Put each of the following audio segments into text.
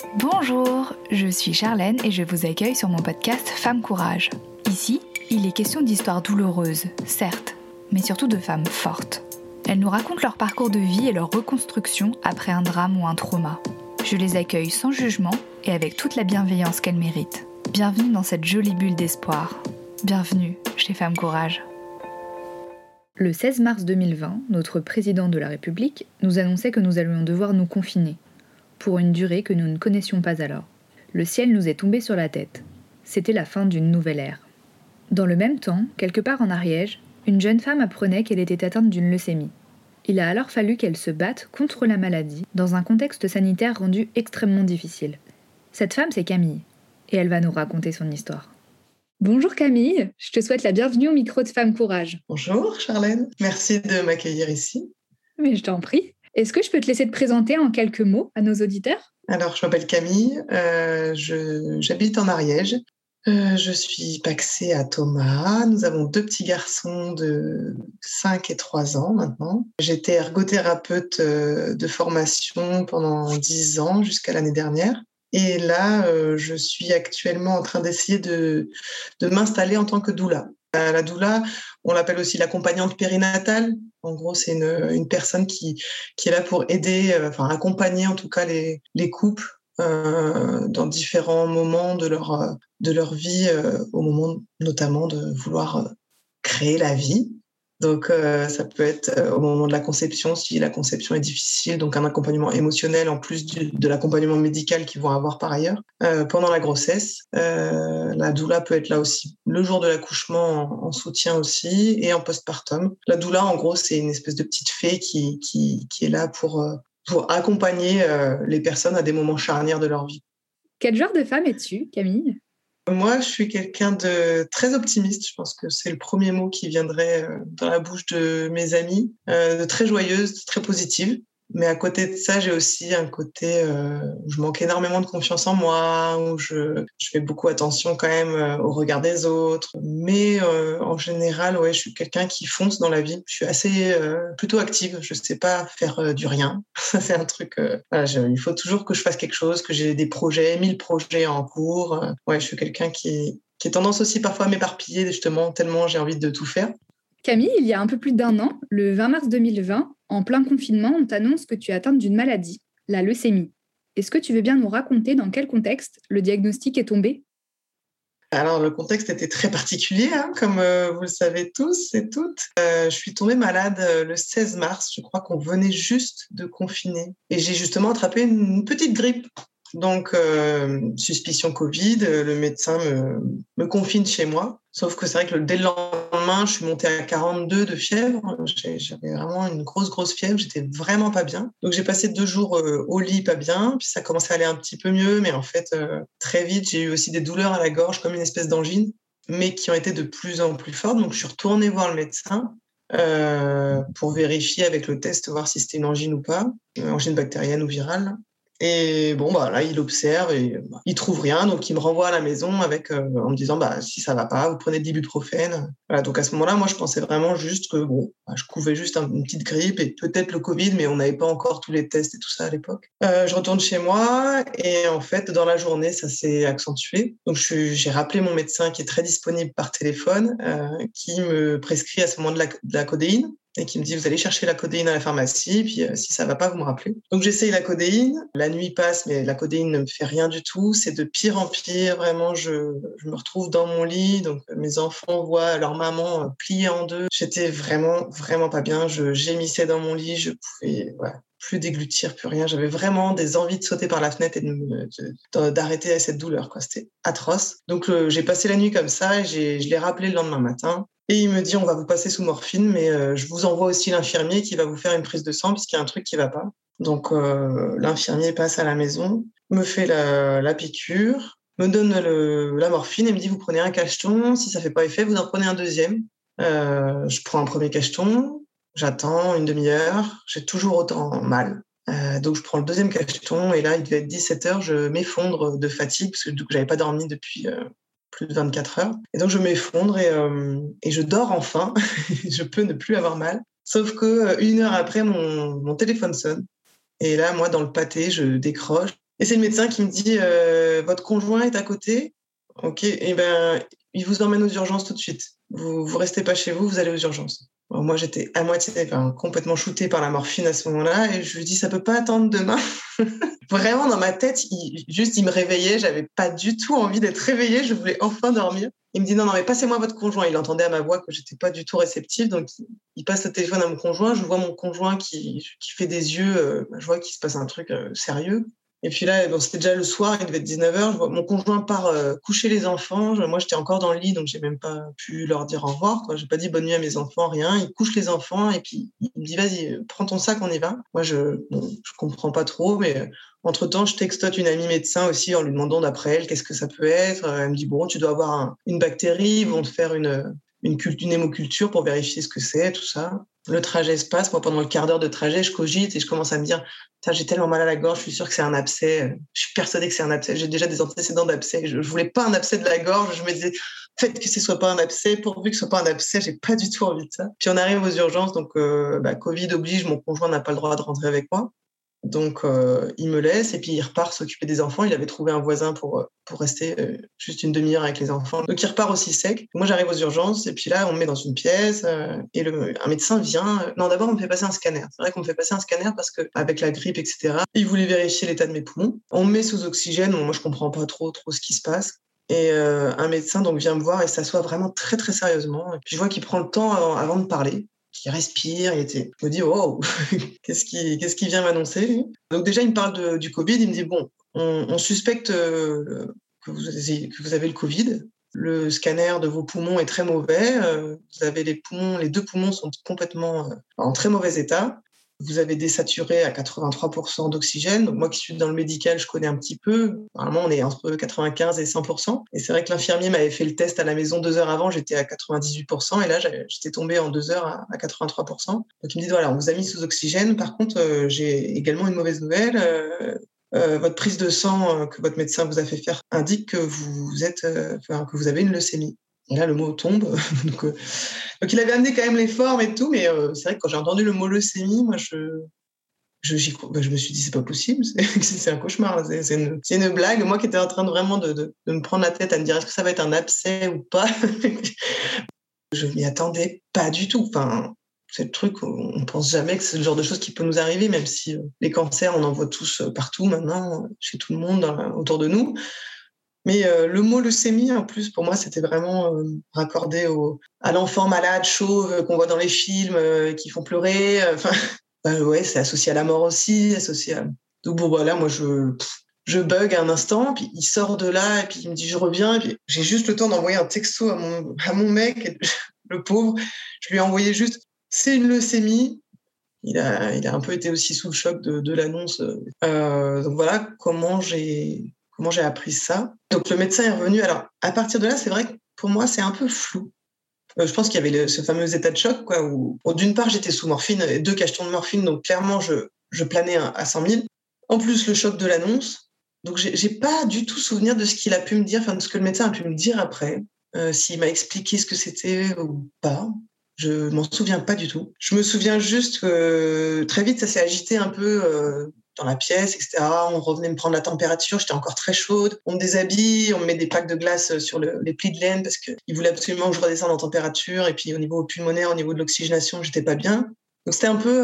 Bonjour, je suis Charlène et je vous accueille sur mon podcast Femmes Courage. Ici, il est question d'histoires douloureuses, certes, mais surtout de femmes fortes. Elles nous racontent leur parcours de vie et leur reconstruction après un drame ou un trauma. Je les accueille sans jugement et avec toute la bienveillance qu'elles méritent. Bienvenue dans cette jolie bulle d'espoir. Bienvenue chez Femmes Courage. Le 16 mars 2020, notre président de la République nous annonçait que nous allions devoir nous confiner, pour une durée que nous ne connaissions pas alors. Le ciel nous est tombé sur la tête. C'était la fin d'une nouvelle ère. Dans le même temps, quelque part en Ariège, une jeune femme apprenait qu'elle était atteinte d'une leucémie. Il a alors fallu qu'elle se batte contre la maladie, dans un contexte sanitaire rendu extrêmement difficile. Cette femme, c'est Camille, et elle va nous raconter son histoire. Bonjour Camille, je te souhaite la bienvenue au micro de Femmes Courage. Bonjour Charlène, merci de m'accueillir ici. Mais je t'en prie. Est-ce que je peux te laisser te présenter en quelques mots à nos auditeurs ? Alors, je m'appelle Camille, j'habite en Ariège. Je suis pacsée à Thomas. Nous avons 2 petits garçons de 5 et 3 ans maintenant. J'étais ergothérapeute de formation pendant 10 ans jusqu'à l'année dernière. Et là, je suis actuellement en train d'essayer de m'installer en tant que doula. La doula, on l'appelle aussi l'accompagnante périnatale. En gros, c'est une personne qui est là pour aider, accompagner en tout cas les couples dans différents moments de leur vie, au moment notamment de vouloir créer la vie. Donc, ça peut être au moment de la conception, si la conception est difficile, donc un accompagnement émotionnel en plus de l'accompagnement médical qu'ils vont avoir par ailleurs. Pendant la grossesse, la doula peut être là aussi le jour de l'accouchement en soutien aussi et en postpartum. La doula, en gros, c'est une espèce de petite fée qui est là pour accompagner les personnes à des moments charnières de leur vie. Quel genre de femme es-tu, Camille ? Moi, je suis quelqu'un de très optimiste. Je pense que c'est le premier mot qui viendrait dans la bouche de mes amis. De très joyeuse, très positive. Mais à côté de ça, j'ai aussi un côté où je manque énormément de confiance en moi, où je fais beaucoup attention quand même au regard des autres. Mais en général, ouais, je suis quelqu'un qui fonce dans la vie. Je suis assez plutôt active. Je sais pas faire du rien. Ça, c'est un truc. Il faut toujours que je fasse quelque chose, que j'ai des projets, 1000 projets en cours. Ouais, je suis quelqu'un qui a tendance aussi parfois à m'éparpiller, justement, tellement j'ai envie de tout faire. Camille, il y a un peu plus d'1 an, le 20 mars 2020, en plein confinement, on t'annonce que tu es atteinte d'une maladie, la leucémie. Est-ce que tu veux bien nous raconter dans quel contexte le diagnostic est tombé ? Alors, le contexte était très particulier, comme vous le savez tous et toutes. Je suis tombée malade le 16 mars. Je crois qu'on venait juste de confiner. Et j'ai justement attrapé une petite grippe. Donc, suspicion Covid, le médecin me confine chez moi. Sauf que c'est vrai que dès le lendemain, je suis montée à 42 de fièvre. J'avais vraiment une grosse fièvre. J'étais vraiment pas bien. Donc, j'ai passé 2 jours au lit, pas bien. Puis ça commençait à aller un petit peu mieux. Mais en fait, très vite, j'ai eu aussi des douleurs à la gorge, comme une espèce d'angine, mais qui ont été de plus en plus fortes. Donc, je suis retournée voir le médecin pour vérifier avec le test, voir si c'était une angine ou pas, une angine bactérienne ou virale. Et bon, là, il observe et il trouve rien, donc il me renvoie à la maison avec, en me disant, si ça va pas, vous prenez de l'ibuprofène. Voilà, donc à ce moment-là, moi, je pensais vraiment juste que, je couvais juste une petite grippe et peut-être le Covid, mais on n'avait pas encore tous les tests et tout ça à l'époque. Je retourne chez moi et en fait, dans la journée, ça s'est accentué. Donc, j'ai rappelé mon médecin qui est très disponible par téléphone, qui me prescrit à ce moment de la codéine. Et qui me dit, vous allez chercher la codéine à la pharmacie, puis si ça va pas, vous me rappelez. Donc j'essaye la codéine, la nuit passe, mais la codéine ne me fait rien du tout, c'est de pire en pire, vraiment, je me retrouve dans mon lit, donc mes enfants voient leur maman pliée en 2. J'étais vraiment pas bien, je gémissais dans mon lit, je pouvais plus déglutir, plus rien, j'avais vraiment des envies de sauter par la fenêtre et d'arrêter cette douleur, quoi. C'était atroce. Donc j'ai passé la nuit comme ça, et je l'ai rappelé le lendemain matin. Et il me dit, on va vous passer sous morphine, mais je vous envoie aussi l'infirmier qui va vous faire une prise de sang puisqu'il y a un truc qui va pas. Donc, l'infirmier passe à la maison, me fait la piqûre, me donne la morphine et me dit, vous prenez un cacheton, si ça fait pas effet, vous en prenez un deuxième. Je prends un premier cacheton, j'attends une demi-heure, j'ai toujours autant mal. Donc, je prends le deuxième cacheton et là, il devait être 17h, je m'effondre de fatigue parce que du coup, j'avais pas dormi depuis plus de 24 heures. Et donc, je m'effondre et je dors enfin. Je peux ne plus avoir mal. Sauf que 1 heure après, mon téléphone sonne. Et là, moi, dans le pâté, je décroche Et c'est le médecin qui me dit votre conjoint est à côté. Ok, et ben il vous emmène aux urgences tout de suite. Vous restez pas chez vous, vous allez aux urgences. Alors, moi j'étais à moitié, complètement shootée par la morphine à ce moment-là, et je lui dis ça peut pas attendre demain. Vraiment dans ma tête, il me réveillait, j'avais pas du tout envie d'être réveillée, je voulais enfin dormir. Il me dit non mais passez-moi votre conjoint. Il entendait à ma voix que j'étais pas du tout réceptive, donc il passe le téléphone à mon conjoint. Je vois mon conjoint qui fait des yeux, je vois qu'il se passe un truc sérieux. Et puis là, bon, c'était déjà le soir, il devait être 19h. Mon conjoint part coucher les enfants. Moi, j'étais encore dans le lit, donc j'ai même pas pu leur dire au revoir, quoi. J'ai pas dit bonne nuit à mes enfants, rien. Il couche les enfants et puis il me dit vas-y, prends ton sac, on y va. Moi, je comprends pas trop, mais entre-temps, je textote une amie médecin aussi en lui demandant d'après elle qu'est-ce que ça peut être. Elle me dit bon, tu dois avoir une bactérie, ils vont te faire une hémoculture pour vérifier ce que c'est, tout ça. Le trajet se passe. Moi, pendant le quart d'heure de trajet, je cogite et je commence à me dire j'ai tellement mal à la gorge, je suis sûre que c'est un abcès. Je suis persuadée que c'est un abcès. J'ai déjà des antécédents d'abcès. Je voulais pas un abcès de la gorge. Je me disais, faites que ce soit pas un abcès. Pourvu que ce soit pas un abcès, j'ai pas du tout envie de ça. Puis on arrive aux urgences, donc Covid oblige, mon conjoint n'a pas le droit de rentrer avec moi. Donc, il me laisse et puis il repart s'occuper des enfants. Il avait trouvé un voisin pour rester juste une demi-heure avec les enfants. Donc, il repart aussi sec. Moi, j'arrive aux urgences et puis là, on me met dans une pièce et un médecin vient. Non, d'abord, on me fait passer un scanner. C'est vrai qu'on me fait passer un scanner parce qu'avec la grippe, etc., il voulait vérifier l'état de mes poumons. On me met sous oxygène. Bon, moi, je comprends pas trop ce qui se passe. Et un médecin donc vient me voir et s'assoit vraiment très, très sérieusement. Et puis, je vois qu'il prend le temps avant de parler. Qui respire, je me dis wow, qu'est-ce qui vient m'annoncer lui. Donc déjà il me parle du Covid, il me dit bon, on suspecte que vous avez le Covid. Le scanner de vos poumons est très mauvais. Vous avez les deux poumons sont complètement en très mauvais état. Vous avez désaturé à 83% d'oxygène. Donc moi qui suis dans le médical, je connais un petit peu. Normalement, on est entre 95 et 100%. Et c'est vrai que l'infirmier m'avait fait le test à la maison 2 heures avant, j'étais à 98%. Et là, j'étais tombée en 2 heures à 83%. Donc il me dit, voilà, on vous a mis sous oxygène. Par contre, j'ai également une mauvaise nouvelle. Votre prise de sang que votre médecin vous a fait faire indique que que vous avez une leucémie. Et là, le mot tombe. donc, il avait amené quand même les formes et tout, mais c'est vrai que quand j'ai entendu le mot leucémie, moi, je me suis dit, c'est pas possible, c'est un cauchemar, c'est une blague. Moi qui étais en train de me prendre la tête à me dire, est-ce que ça va être un abcès ou pas? Je m'y attendais pas du tout. Enfin, c'est le truc, on pense jamais que c'est le genre de choses qui peut nous arriver, même si les cancers, on en voit tous partout maintenant, chez tout le monde, autour de nous. Mais le mot leucémie, en plus, pour moi, c'était vraiment raccordé à l'enfant malade, chauve, qu'on voit dans les films, qui font pleurer. Ouais, c'est associé à la mort aussi, associé à... Donc bon, voilà, moi, je bug un instant, puis il sort de là, et puis il me dit, je reviens, et puis j'ai juste le temps d'envoyer un texto à mon mec, et le pauvre, je lui ai envoyé juste, c'est une leucémie. Il a un peu été aussi sous le choc de l'annonce. Donc voilà comment j'ai appris ça. Donc le médecin est revenu. Alors à partir de là, c'est vrai que pour moi c'est un peu flou. Je pense qu'il y avait ce fameux état de choc, quoi, où d'une part j'étais sous morphine, 2 cachetons de morphine, donc clairement je planais à 100 000. En plus le choc de l'annonce. Donc j'ai pas du tout souvenir de ce qu'il a pu me dire, enfin de ce que le médecin a pu me dire après, s'il m'a expliqué ce que c'était ou pas. Je m'en souviens pas du tout. Je me souviens juste que très vite, ça s'est agité un peu dans la pièce, etc. On revenait me prendre la température, j'étais encore très chaude. On me déshabille, on me met des plaques de glace sur les plis de laine parce qu'ils voulaient absolument que je redescende en température. Et puis au niveau pulmonaire, au niveau de l'oxygénation, j'étais pas bien. Donc c'était un peu,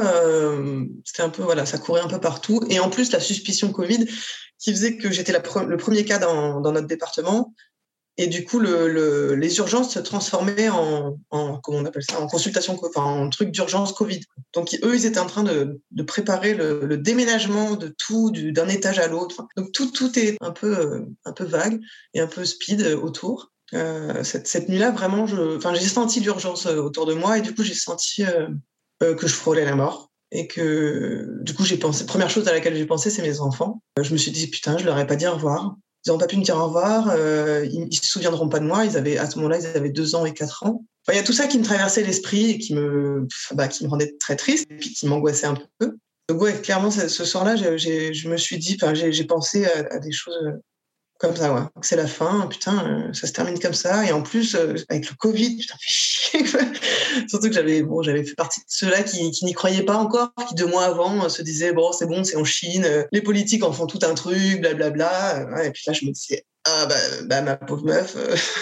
voilà, ça courait un peu partout. Et en plus, la suspicion Covid qui faisait que j'étais le premier cas dans notre département. Et du coup, les urgences se transformaient en comment on appelle ça, en consultation, enfin, en truc d'urgence Covid. Donc, eux, ils étaient en train de préparer le déménagement de tout, d'un étage à l'autre. Donc, tout est un peu vague et un peu speed autour. Cette nuit-là, vraiment, j'ai senti l'urgence autour de moi et du coup, j'ai senti que je frôlais la mort. Et que, du coup, première chose à laquelle j'ai pensé, c'est mes enfants. Je me suis dit, putain, je leur ai pas dit au revoir. Ils n'ont pas pu me dire au revoir, ils se souviendront pas de moi. À ce moment-là, ils avaient 2 ans et 4 ans. Enfin, il y a tout ça qui me traversait l'esprit et qui me rendait très triste et puis qui m'angoissait un peu. Donc ouais, clairement, ce soir-là, je me suis dit, j'ai pensé à des choses comme ça, ouais. C'est la fin, putain, ça se termine comme ça. Et en plus, avec le Covid, putain, fais chier. Surtout que j'avais fait partie de ceux-là qui n'y croyaient pas encore, qui 2 mois avant se disaient bon, c'est en Chine, les politiques en font tout un truc, blablabla. Ouais, et puis là, je me disais ah bah ma pauvre meuf,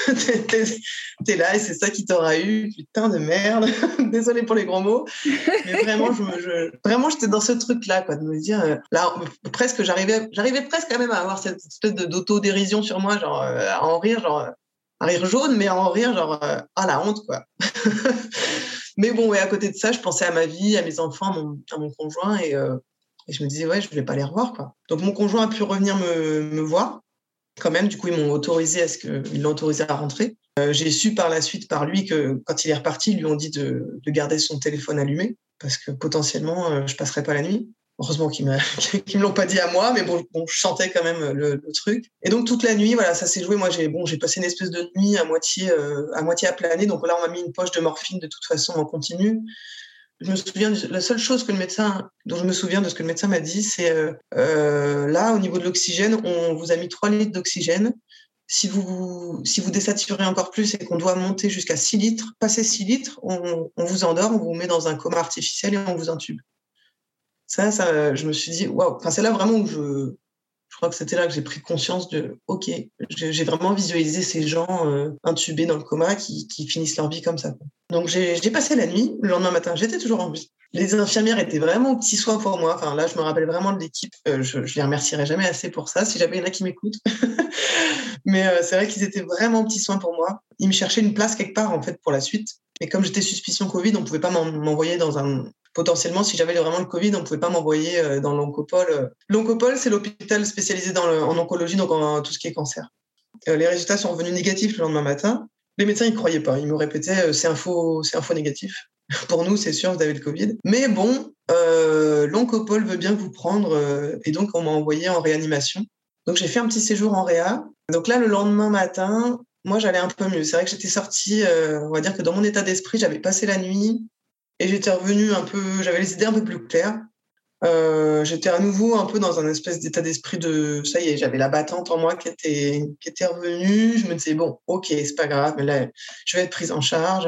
t'es là et c'est ça qui t'aura eu, putain de merde. Désolée pour les gros mots, mais vraiment, vraiment j'étais dans ce truc-là, quoi, de me dire là presque j'arrivais presque quand même à avoir cette espèce d'autodérision sur moi, genre à en rire, genre un rire jaune, mais à en rire, genre ah la honte, quoi. Mais bon, et à côté de ça, je pensais à ma vie, à mes enfants, à mon conjoint, et je me disais ouais, je vais pas les revoir, quoi. Donc mon conjoint a pu revenir me voir quand même. Du coup, ils l'ont autorisé à rentrer. J'ai su par la suite par lui que quand il est reparti, ils lui ont dit de garder son téléphone allumé parce que potentiellement, je passerais pas la nuit. Heureusement qu'ils me l'ont pas dit à moi, mais bon, je sentais quand même le truc. Et donc toute la nuit, voilà, ça s'est joué. Moi, j'ai passé une espèce de nuit à moitié à planer. Donc là, on m'a mis une poche de morphine de toute façon en continu. Je me souviens, la seule chose dont je me souviens de ce que le médecin m'a dit, c'est là, au niveau de l'oxygène, on vous a mis 3 litres d'oxygène. Si vous désaturez encore plus et qu'on doit monter jusqu'à 6 litres, passer 6 litres, on vous endort, on vous met dans un coma artificiel et on vous intube. Ça, je me suis dit, waouh, enfin, c'est là vraiment où je crois que c'était là que j'ai pris conscience de, ok, j'ai vraiment visualisé ces gens intubés dans le coma qui finissent leur vie comme ça. Donc j'ai passé la nuit. Le lendemain matin, j'étais toujours en vie. Les infirmières étaient vraiment aux petits soins pour moi. Enfin là, je me rappelle vraiment de l'équipe. Je les remercierai jamais assez pour ça. Si jamais il y en a qui m'écoutent. Mais c'est vrai qu'ils étaient vraiment aux petits soins pour moi. Ils me cherchaient une place quelque part en fait pour la suite. Et comme j'étais suspicion Covid, on pouvait pas m'envoyer dans un... Potentiellement, si j'avais vraiment le Covid, on pouvait pas m'envoyer dans l'Oncopole. L'Oncopole, c'est l'hôpital spécialisé en oncologie, donc en tout ce qui est cancer. Les résultats sont revenus négatifs le lendemain matin. Les médecins, ils croyaient pas. Ils me répétaient, c'est un faux négatif. Pour nous, c'est sûr, vous avez le Covid. Mais bon, l'Oncopole veut bien vous prendre. Et donc, on m'a envoyé en réanimation. Donc, j'ai fait un petit séjour en réa. Donc là, le lendemain matin, moi, j'allais un peu mieux. C'est vrai que j'étais sortie, on va dire que dans mon état d'esprit, j'avais passé la nuit. Et j'étais revenue j'avais les idées un peu plus claires. J'étais à nouveau un peu dans un espèce d'état d'esprit de, ça y est, j'avais la battante en moi qui était revenue. Je me disais, bon, ok, c'est pas grave, mais là, je vais être prise en charge.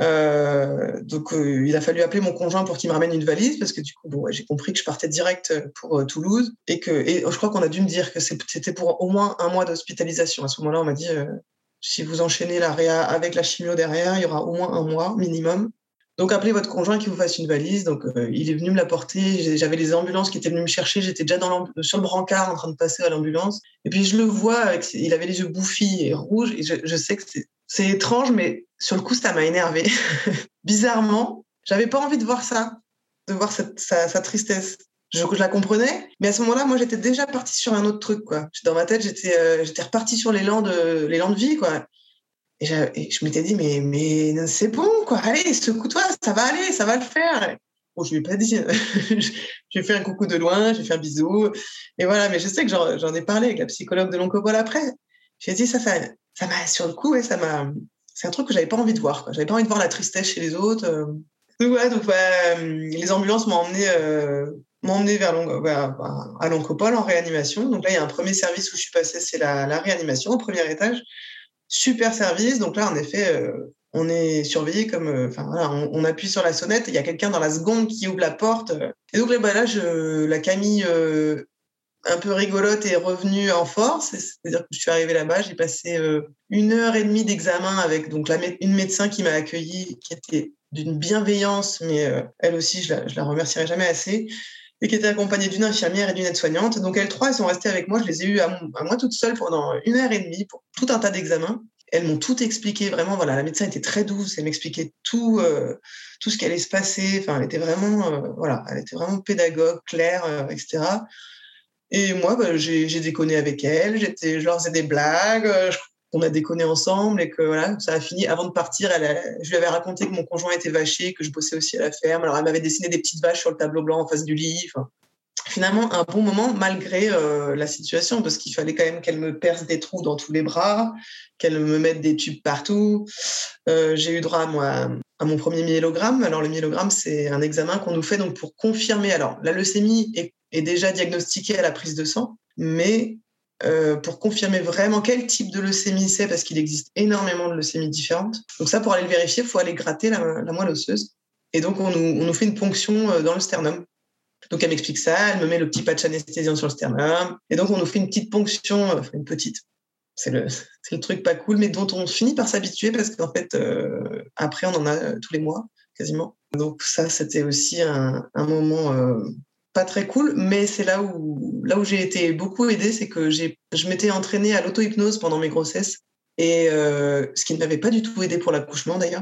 Donc, il a fallu appeler mon conjoint pour qu'il me ramène une valise parce que du coup, bon, ouais, j'ai compris que je partais direct pour Toulouse et je crois qu'on a dû me dire que c'était pour au moins 1 mois d'hospitalisation. À ce moment-là, on m'a dit, si vous enchaînez la réa avec la chimio derrière, il y aura au moins 1 mois minimum. Donc, appelez votre conjoint qui vous fasse une valise. Donc, il est venu me la porter. J'avais les ambulances qui étaient venues me chercher. J'étais déjà sur le brancard en train de passer à l'ambulance. Et puis, je le vois, il avait les yeux bouffis et rouges. Et je sais que c'est étrange, mais sur le coup, ça m'a énervée. Bizarrement, j'avais pas envie de voir ça, de voir sa tristesse. Je la comprenais, mais à ce moment-là, moi, j'étais déjà partie sur un autre truc, quoi. Dans ma tête, j'étais repartie sur l'élan de vie, quoi. Et je m'étais dit, mais c'est bon, quoi. Allez, secoue-toi, ça va aller, ça va le faire. Bon, je lui ai pas dit. J'ai fait un coucou de loin, j'ai fait un bisou. Et voilà, mais je sais que j'en ai parlé avec la psychologue de l'Oncopole après. J'ai dit, ça m'a, sur le coup, ouais, c'est un truc que j'avais pas envie de voir, quoi. J'avais pas envie de voir la tristesse chez les autres. Donc, ouais, les ambulances m'ont emmené à l'Oncopole en réanimation. Donc là, il y a un premier service où je suis passée, c'est la réanimation au premier étage. Super service. Donc là, en effet, on est surveillé comme... voilà, on appuie sur la sonnette, il y a quelqu'un dans la seconde qui ouvre la porte. Et donc là, la Camille un peu rigolote est revenue en force. C'est-à-dire que je suis arrivée là-bas, j'ai passé 1h30 d'examen avec donc une médecin qui m'a accueillie, qui était d'une bienveillance, mais elle aussi, je la remercierai jamais assez, et qui était accompagnée d'une infirmière et d'une aide-soignante. Donc elles trois, elles sont restées avec moi. Je les ai eues à moi toute seule pendant 1h30 pour tout un tas d'examens. Elles m'ont tout expliqué, vraiment. Voilà, la médecin était très douce. Elle m'expliquait tout ce qui allait se passer. Enfin, elle était vraiment pédagogue, claire, etc. Et moi, j'ai déconné avec elle. Je leur faisais des blagues. On a déconné ensemble et que voilà, ça a fini. Avant de partir, je lui avais raconté que mon conjoint était vacher, que je bossais aussi à la ferme. Alors, elle m'avait dessiné des petites vaches sur le tableau blanc en face du lit. Enfin, finalement, un bon moment malgré la situation, parce qu'il fallait quand même qu'elle me perce des trous dans tous les bras, qu'elle me mette des tubes partout. J'ai eu droit, moi, à mon premier myélogramme. Alors, le myélogramme, c'est un examen qu'on nous fait donc, pour confirmer. Alors, la leucémie est déjà diagnostiquée à la prise de sang, mais pour confirmer vraiment quel type de leucémie c'est, parce qu'il existe énormément de leucémies différentes. Donc ça, pour aller le vérifier, il faut aller gratter la moelle osseuse. Et donc, on nous fait une ponction dans le sternum. Donc, elle m'explique ça, elle me met le petit patch anesthésiant sur le sternum. Et donc, on nous fait une petite ponction, enfin une petite. C'est le truc pas cool, mais dont on finit par s'habituer parce qu'en fait, après, on en a tous les mois, quasiment. Donc ça, c'était aussi un moment pas très cool, mais c'est là où j'ai été beaucoup aidée, c'est que je m'étais entraînée à l'auto-hypnose pendant mes grossesses, et ce qui ne m'avait pas du tout aidé pour l'accouchement d'ailleurs.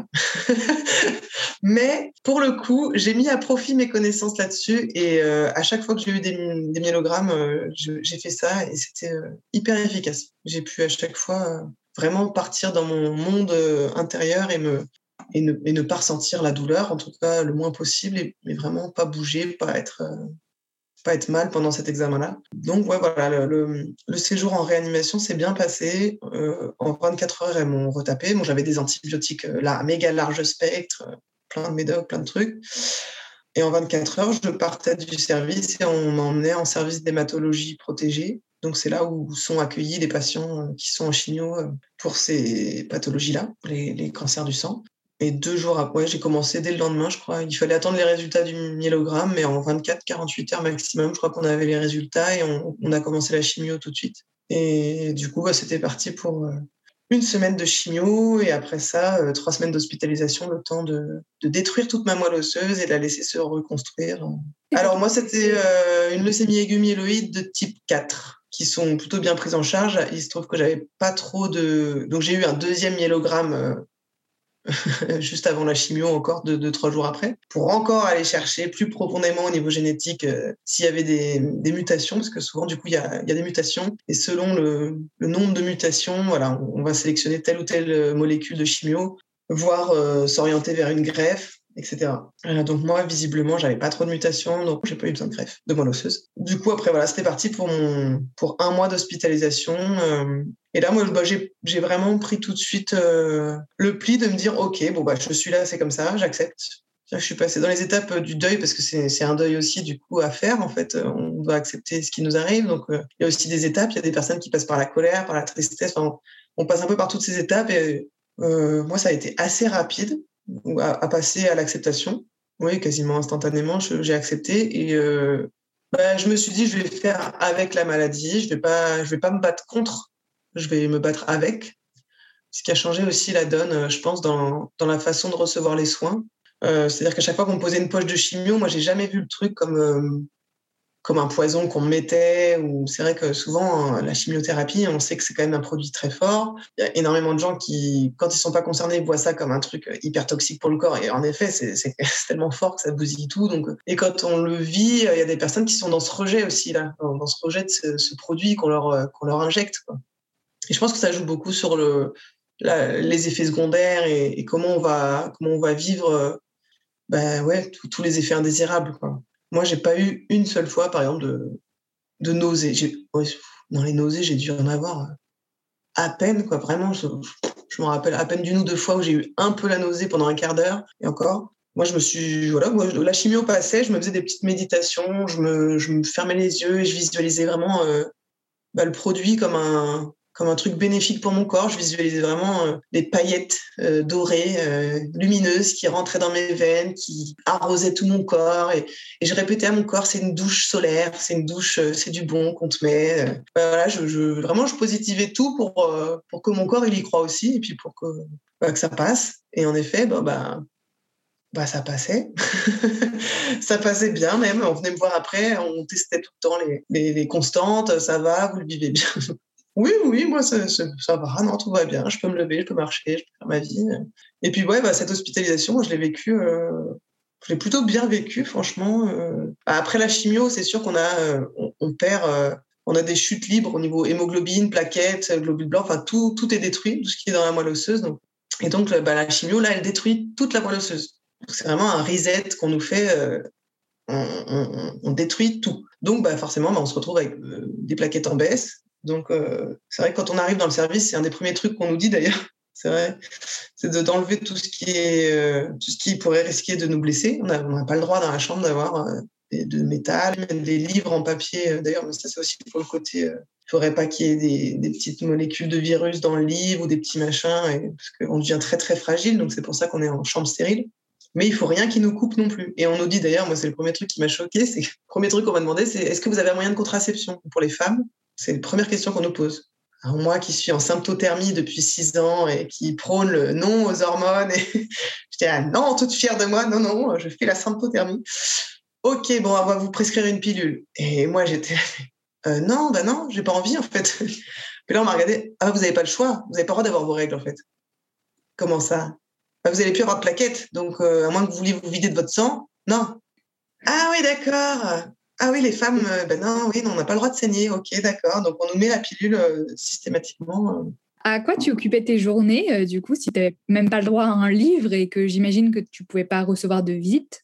Mais pour le coup, j'ai mis à profit mes connaissances là-dessus, et à chaque fois que j'ai eu des myélogrammes, j'ai fait ça, et c'était hyper efficace. J'ai pu à chaque fois vraiment partir dans mon monde intérieur et ne pas ressentir la douleur, en tout cas le moins possible, mais vraiment pas bouger, pas être mal pendant cet examen-là. Donc ouais, voilà, le séjour en réanimation s'est bien passé. En 24 heures, elles m'ont retapé. Bon, j'avais des antibiotiques là, méga large spectre, plein de médocs, plein de trucs. Et en 24 heures, je partais du service et on m'emmenait en service d'hématologie protégée. Donc c'est là où sont accueillis les patients qui sont en chimio pour ces pathologies-là, les cancers du sang. Et 2 jours après, j'ai commencé dès le lendemain, je crois. Il fallait attendre les résultats du myélogramme, mais en 24-48 heures maximum, je crois qu'on avait les résultats, et on a commencé la chimio tout de suite. Et du coup, c'était parti pour 1 semaine de chimio, et après ça, 3 semaines d'hospitalisation, le temps de détruire toute ma moelle osseuse et de la laisser se reconstruire. Alors moi, c'était une leucémie aiguë myéloïde de type 4, qui sont plutôt bien prises en charge. Il se trouve que j'avais pas trop de... Donc j'ai eu un 2e myélogramme juste avant la chimio, encore 2-3 jours après, pour encore aller chercher plus profondément au niveau génétique s'il y avait des mutations, parce que souvent, du coup, il y a des mutations, et selon le nombre de mutations, voilà, on va sélectionner telle ou telle molécule de chimio, voire s'orienter vers une greffe, etc. Donc moi, visiblement, j'avais pas trop de mutations, donc j'ai pas eu besoin de greffe de moelle osseuse. Du coup, après, voilà, c'était parti pour 1 mois d'hospitalisation. Et là, moi, j'ai vraiment pris tout de suite le pli de me dire, OK, bon, je suis là, c'est comme ça, j'accepte. Je suis passée dans les étapes du deuil, parce que c'est un deuil aussi, du coup, à faire, en fait. On doit accepter ce qui nous arrive. Donc, il y a aussi des étapes. Il y a des personnes qui passent par la colère, par la tristesse. Enfin, on passe un peu par toutes ces étapes. Et moi, ça a été assez rapide à passer à l'acceptation. Oui, quasiment instantanément, j'ai accepté. Et je me suis dit, je vais faire avec la maladie. Je vais pas me battre contre. Je vais me battre avec. Ce qui a changé aussi la donne, je pense, dans la façon de recevoir les soins. C'est-à-dire qu'à chaque fois qu'on me posait une poche de chimio, moi, j'ai jamais vu le truc comme un poison qu'on me mettait. Ou c'est vrai que souvent, la chimiothérapie, on sait que c'est quand même un produit très fort. Il y a énormément de gens qui, quand ils sont pas concernés, voient ça comme un truc hyper toxique pour le corps. Et en effet, c'est tellement fort que ça bousille tout. Donc, et quand on le vit, il y a des personnes qui sont dans ce rejet aussi, là, dans ce rejet de ce produit qu'on leur injecte, quoi. Et je pense que ça joue beaucoup sur les effets secondaires et comment on va vivre tous les effets indésirables, quoi. Moi, j'ai pas eu une seule fois, par exemple, de nausées. Dans les nausées, j'ai dû en avoir à peine, quoi. Vraiment, je me rappelle à peine d'1 ou 2 fois où j'ai eu un peu la nausée pendant un quart d'heure, et encore. Moi, la chimio passait, je me faisais des petites méditations, je me fermais les yeux et je visualisais vraiment le produit comme un truc bénéfique pour mon corps. Je visualisais vraiment les paillettes dorées, lumineuses, qui rentraient dans mes veines, qui arrosaient tout mon corps. Et je répétais à mon corps, c'est une douche solaire, c'est une douche, c'est du bon qu'on te met. Voilà, vraiment, je positivais tout pour que mon corps, il y croit aussi, et puis pour que ça passe. Et en effet, ça passait. Ça passait bien même. On venait me voir après, on testait tout le temps les constantes. Ça va, vous le vivez bien? Oui, moi, ça va, non, tout va bien. Je peux me lever, je peux marcher, je peux faire ma vie. Et puis, cette hospitalisation, moi, je l'ai vécue, je l'ai plutôt bien vécue, franchement. Après la chimio, c'est sûr qu'on a, on perd, on a des chutes libres au niveau hémoglobine, plaquettes, globules blancs, enfin, tout est détruit, tout ce qui est dans la moelle osseuse. Et donc, la chimio, là, elle détruit toute la moelle osseuse. Donc, c'est vraiment un reset qu'on nous fait. On détruit tout. Donc, forcément, on se retrouve avec des plaquettes en baisse. Donc, c'est vrai que quand on arrive dans le service, c'est un des premiers trucs qu'on nous dit d'ailleurs. C'est vrai, c'est d'enlever tout ce qui pourrait risquer de nous blesser. On n'a pas le droit dans la chambre d'avoir de métal, même des livres en papier d'ailleurs, mais ça c'est aussi pour le côté Il faudrait pas qu'il y ait des petites molécules de virus dans le livre ou des petits machins, parce qu'on devient très, très fragile. Donc, c'est pour ça qu'on est en chambre stérile. Mais il faut rien qui nous coupe non plus. Et on nous dit d'ailleurs, moi, c'est le premier truc qui m'a choqué, c'est le premier truc qu'on m'a demandé, c'est est-ce que vous avez un moyen de contraception pour les femmes? C'est la première question qu'on nous pose. Alors moi qui suis en symptothermie depuis 6 ans et qui prône le non aux hormones, et j'étais non, toute fière de moi, non, je fais la symptothermie. Ok, bon, on va vous prescrire une pilule. Et moi j'étais non, j'ai pas envie en fait. Puis là on m'a regardé, vous n'avez pas le choix, vous n'avez pas le droit d'avoir vos règles en fait. Comment ça? Vous n'allez plus avoir de plaquettes, donc à moins que vous vouliez vous vider de votre sang, non. Ah oui, d'accord. Ah oui, les femmes, non, on n'a pas le droit de saigner. Ok, d'accord. Donc, on nous met la pilule systématiquement. À quoi tu occupais tes journées, du coup, si tu n'avais même pas le droit à un livre et que j'imagine que tu ne pouvais pas recevoir de visite?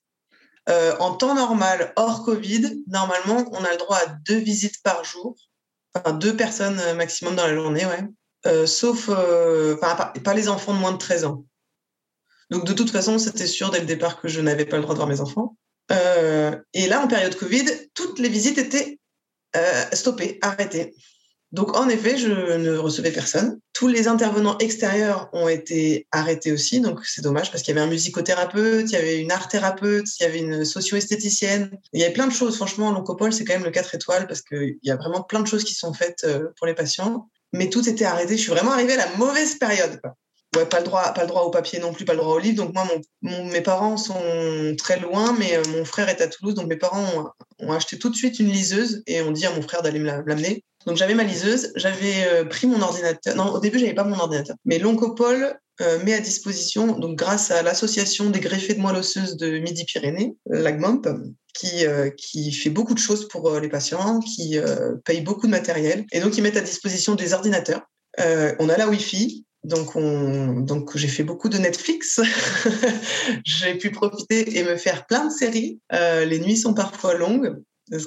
En temps normal, hors Covid, normalement, on a le droit à 2 visites par jour. Enfin, 2 personnes maximum dans la journée, ouais. Sauf, pas les enfants de moins de 13 ans. Donc, de toute façon, c'était sûr dès le départ que je n'avais pas le droit de voir mes enfants. Et là, en période Covid, toutes les visites étaient stoppées, arrêtées. Donc, en effet, je ne recevais personne. Tous les intervenants extérieurs ont été arrêtés aussi, donc c'est dommage parce qu'il y avait un musicothérapeute, il y avait une art-thérapeute, il y avait une socio-esthéticienne. Il y avait plein de choses. Franchement, l'Oncopole, c'est quand même le 4 étoiles parce qu'il y a vraiment plein de choses qui sont faites pour les patients. Mais tout était arrêté. Je suis vraiment arrivée à la mauvaise période, quoi. Ouais, pas le droit au papier non plus, pas le droit au livre. Donc moi, mes parents sont très loin, mais mon frère est à Toulouse. Donc mes parents ont acheté tout de suite une liseuse et ont dit à mon frère d'aller me l'amener. Donc j'avais ma liseuse, j'avais pris mon ordinateur. Non, au début, j'avais pas mon ordinateur. Mais l'Oncopole met à disposition, donc grâce à l'association des greffés de moelle osseuse de Midi-Pyrénées, l'AGMOMP, qui fait beaucoup de choses pour les patients, qui paye beaucoup de matériel. Et donc, ils mettent à disposition des ordinateurs. On a la Wi-Fi. Donc j'ai fait beaucoup de Netflix. J'ai pu profiter et me faire plein de séries. Les nuits sont parfois longues parce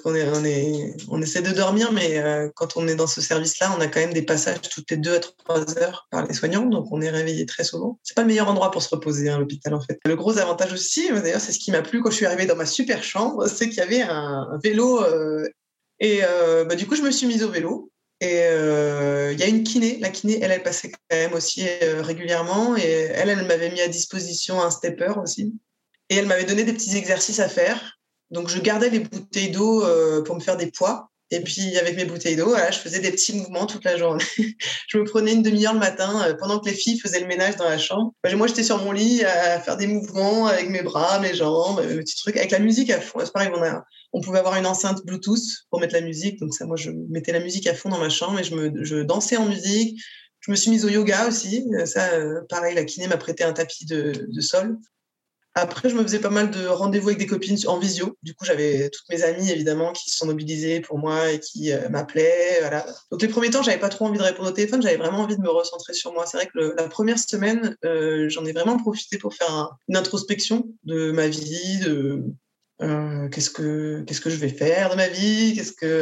on essaie de dormir, mais quand on est dans ce service-là, on a quand même des passages toutes les 2 à 3 heures par les soignants, donc on est réveillé très souvent. C'est pas le meilleur endroit pour se reposer, l'hôpital en fait. Le gros avantage aussi, d'ailleurs, c'est ce qui m'a plu quand je suis arrivée dans ma super chambre, c'est qu'il y avait un vélo du coup je me suis mise au vélo. Et il y a une kiné. La kiné, elle passait quand même aussi régulièrement. Et elle m'avait mis à disposition un stepper aussi. Et elle m'avait donné des petits exercices à faire. Donc, je gardais les bouteilles d'eau pour me faire des poids. Et puis, avec mes bouteilles d'eau, je faisais des petits mouvements toute la journée. Je me prenais une demi-heure le matin pendant que les filles faisaient le ménage dans la chambre. Moi, j'étais sur mon lit à faire des mouvements avec mes bras, mes jambes, mes petits trucs, avec la musique à fond. C'est pareil, on pouvait avoir une enceinte Bluetooth pour mettre la musique. Donc, ça, moi, je mettais la musique à fond dans ma chambre et je dansais en musique. Je me suis mise au yoga aussi. Ça, pareil, la kiné m'a prêté un tapis de sol. Après, je me faisais pas mal de rendez-vous avec des copines en visio. Du coup, j'avais toutes mes amies, évidemment, qui se sont mobilisées pour moi et qui m'appelaient. Voilà. Donc, les premiers temps, j'avais pas trop envie de répondre au téléphone. J'avais vraiment envie de me recentrer sur moi. C'est vrai que la première semaine, j'en ai vraiment profité pour faire une introspection de ma vie, de qu'est-ce que je vais faire de ma vie,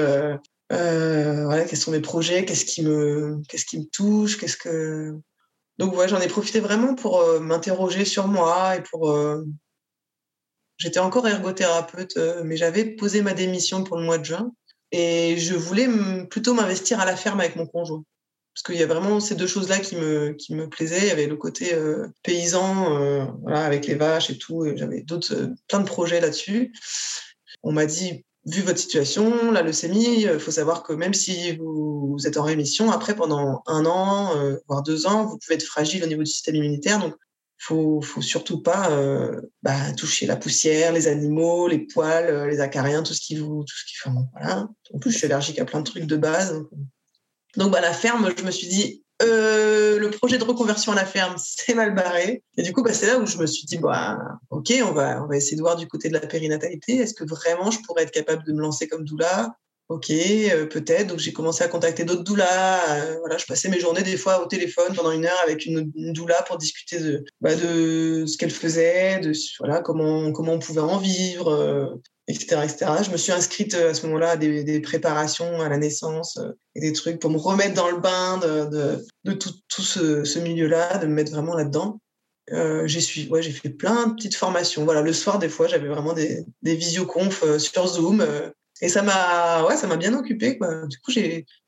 quels sont mes projets, qu'est-ce qui me touche, Donc, ouais, j'en ai profité vraiment pour m'interroger sur moi et j'étais encore ergothérapeute, mais j'avais posé ma démission pour le mois de juin et je voulais plutôt m'investir à la ferme avec mon conjoint. Parce qu'il y a vraiment ces 2 choses-là qui me plaisaient. Il y avait le côté paysan, avec les vaches et tout. Et j'avais plein de projets là-dessus. On m'a dit, vu votre situation, la leucémie, il faut savoir que même si vous êtes en rémission, après, pendant 1 an, voire 2 ans, vous pouvez être fragile au niveau du système immunitaire. Donc, faut surtout pas toucher la poussière, les animaux, les poils, les acariens, tout ce qui voilà. En plus, je suis allergique à plein de trucs de base. Donc, la ferme, je me suis dit, le projet de reconversion à la ferme, c'est mal barré. Et du coup, c'est là où je me suis dit, ok, on va essayer de voir du côté de la périnatalité. Est-ce que vraiment je pourrais être capable de me lancer comme doula? Ok, peut-être. Donc, j'ai commencé à contacter d'autres doulas. Je passais mes journées des fois au téléphone pendant 1 heure avec une doula pour discuter de ce qu'elle faisait, comment on pouvait en vivre. Etc. Je me suis inscrite à ce moment-là à des préparations à la naissance et des trucs pour me remettre dans le bain de tout ce milieu-là, de me mettre vraiment là-dedans. J'ai fait plein de petites formations. Voilà, le soir, des fois, j'avais vraiment des visioconf sur Zoom et ça m'a bien occupée, quoi. Du coup, j'ai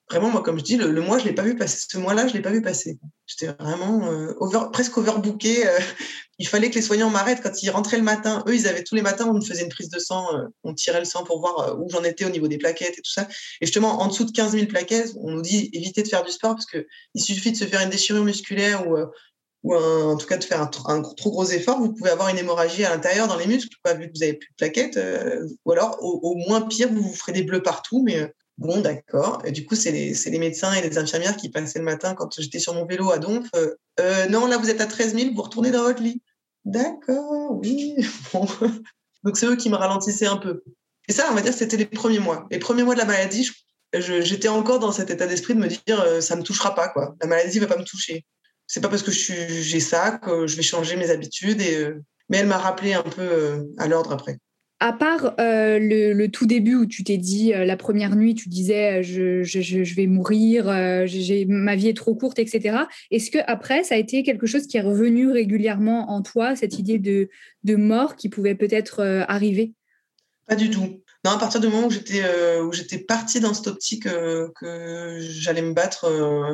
Vraiment, moi, comme je dis, le mois, je l'ai pas vu passer. Ce mois-là, je l'ai pas vu passer. J'étais vraiment presque overbookée. Il fallait que les soignants m'arrêtent quand ils rentraient le matin. Eux, ils avaient tous les matins, on me faisait une prise de sang, on tirait le sang pour voir où j'en étais au niveau des plaquettes et tout ça. Et justement, en dessous de 15 000 plaquettes, on nous dit évitez de faire du sport parce que il suffit de se faire une déchirure musculaire ou en tout cas de faire un trop gros effort, vous pouvez avoir une hémorragie à l'intérieur dans les muscles, vu que vous avez plus de plaquettes. Ou alors, au moins pire, vous vous ferez des bleus partout, mais bon, d'accord. Et du coup, c'est les médecins et les infirmières qui passaient le matin quand j'étais sur mon vélo à Donf. Non, là, vous êtes à 13 000, vous retournez dans votre lit. D'accord, oui. Bon. Donc, c'est eux qui me ralentissaient un peu. Et ça, on va dire, c'était les premiers mois. Les premiers mois de la maladie, j'étais encore dans cet état d'esprit de me dire, ça ne me touchera pas, quoi. La maladie ne va pas me toucher. C'est pas parce que j'ai ça que je vais changer mes habitudes. Mais elle m'a rappelé un peu à l'ordre après. À part le tout début où tu t'es dit, la première nuit, tu disais je vais mourir, ma vie est trop courte, etc. Est-ce qu'après, ça a été quelque chose qui est revenu régulièrement en toi, cette idée de mort qui pouvait peut-être arriver? Pas du tout. Non, à partir du moment où j'étais partie dans cette optique que j'allais me battre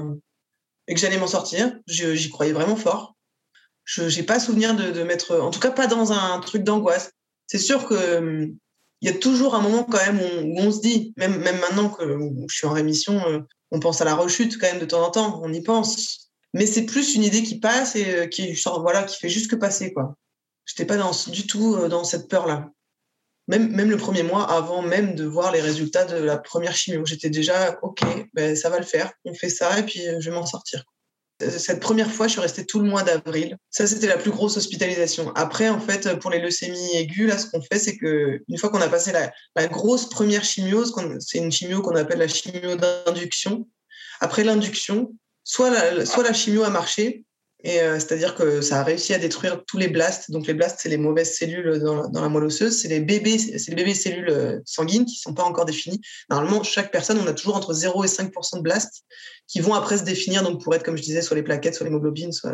et que j'allais m'en sortir, j'y croyais vraiment fort. Je n'ai pas souvenir de mettre, en tout cas pas dans un truc d'angoisse. C'est sûr que il y a toujours un moment quand même où on se dit, même maintenant que je suis en rémission, on pense à la rechute quand même de temps en temps, on y pense. Mais c'est plus une idée qui passe et qui fait juste que passer, quoi. J'étais pas du tout dans cette peur-là. Même le premier mois, avant même de voir les résultats de la première chimio, j'étais déjà, OK, ben, ça va le faire, on fait ça et puis je vais m'en sortir. Cette première fois, je suis restée tout le mois d'avril. Ça, c'était la plus grosse hospitalisation. Après, en fait, pour les leucémies aiguës, là, ce qu'on fait, c'est qu'une fois qu'on a passé la grosse première chimio, c'est une chimio qu'on appelle la chimio d'induction. Après l'induction, soit la chimio a marché, et c'est-à-dire que ça a réussi à détruire tous les blastes. Donc les blastes, c'est les mauvaises cellules dans la moelle osseuse, c'est les bébés cellules sanguines qui sont pas encore définies. Normalement, chaque personne, on a toujours entre 0 et 5% de blastes qui vont après se définir, donc pour être, comme je disais, soit les plaquettes, soit l'hémoglobine, soit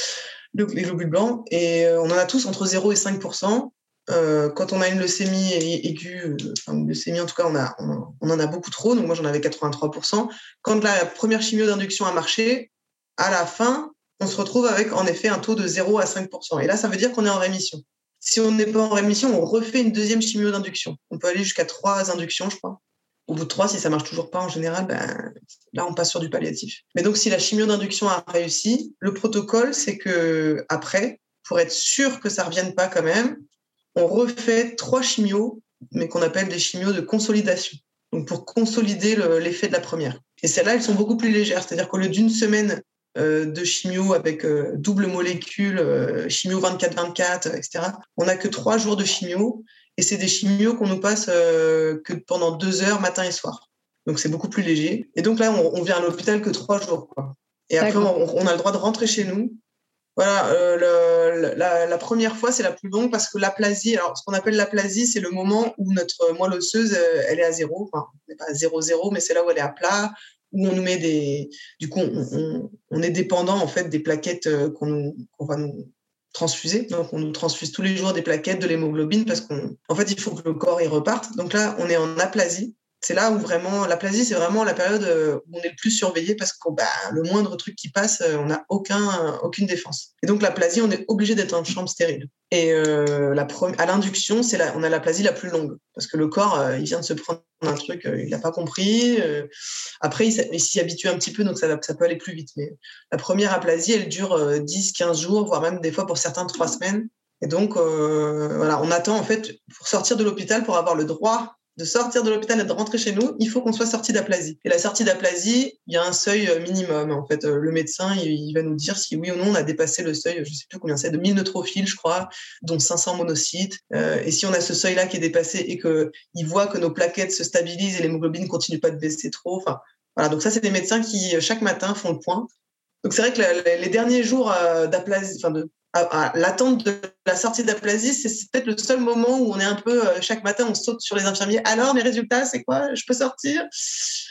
les globules blancs. Et on en a tous entre 0 et 5%. Quand on a une leucémie aiguë, une leucémie en tout cas, on en a beaucoup trop. Donc moi, j'en avais 83%. Quand la première chimio d'induction a marché, à la fin, on se retrouve avec en effet un taux de 0 à 5%. Et là, ça veut dire qu'on est en rémission. Si on n'est pas en rémission, on refait une deuxième chimio d'induction. On peut aller jusqu'à 3 inductions, je crois. Au bout de 3, si ça marche toujours pas en général, là, on passe sur du palliatif. Mais donc, si la chimio d'induction a réussi, le protocole, c'est que après, pour être sûr que ça revienne pas quand même, on refait 3 chimios, mais qu'on appelle des chimios de consolidation. Donc, pour consolider l'effet de la première. Et celles-là, elles sont beaucoup plus légères. C'est-à-dire qu'au lieu d'une semaine de chimio avec double molécule, chimio 24-24, etc., on n'a que 3 jours de chimio. Et c'est des chimios qu'on nous passe que pendant 2 heures, matin et soir. Donc, c'est beaucoup plus léger. Et donc là, on vient à l'hôpital que 3 jours, quoi. Et après, on a le droit de rentrer chez nous. Voilà, la première fois, c'est la plus longue parce que l'aplasie, alors ce qu'on appelle l'aplasie, c'est le moment où notre moelle osseuse, elle est à 0. Enfin, elle n'est pas à 0,0, mais c'est là où elle est à plat, où on nous met du coup, on est dépendant, en fait, des plaquettes qu'on va nous transfuser. Donc, on nous transfuse tous les jours des plaquettes, de l'hémoglobine, parce qu'en fait, il faut que le corps, il reparte. Donc là, on est en aplasie. C'est là où vraiment, l'aplasie, c'est vraiment la période où on est le plus surveillé parce que le moindre truc qui passe, on n'a aucune défense. Et donc, l'aplasie, on est obligé d'être en chambre stérile. Et à l'induction, on a l'aplasie la plus longue parce que le corps, il vient de se prendre un truc, il n'a pas compris. Après, il s'y habitue un petit peu, donc ça peut aller plus vite. Mais la première aplasie, elle dure 10-15 jours, voire même des fois pour certains 3 semaines. Et donc, voilà, on attend en fait pour sortir de l'hôpital, pour avoir le droit de sortir de l'hôpital et de rentrer chez nous, il faut qu'on soit sorti d'aplasie. Et la sortie d'aplasie, il y a un seuil minimum. En fait, le médecin, il va nous dire si oui ou non on a dépassé le seuil, je ne sais plus combien c'est, de 1000 neutrophiles, je crois, dont 500 monocytes. Et si on a ce seuil-là qui est dépassé et qu'il voit que nos plaquettes se stabilisent et l'hémoglobine ne continue pas de baisser trop, enfin, voilà. Donc ça, c'est des médecins qui, chaque matin, font le point. Donc c'est vrai que les derniers jours d'aplasie, l'attente de la sortie d'aplasie, c'est peut-être le seul moment où on est un peu, chaque matin, on saute sur les infirmiers. Alors, mes résultats, c'est quoi? Je peux sortir?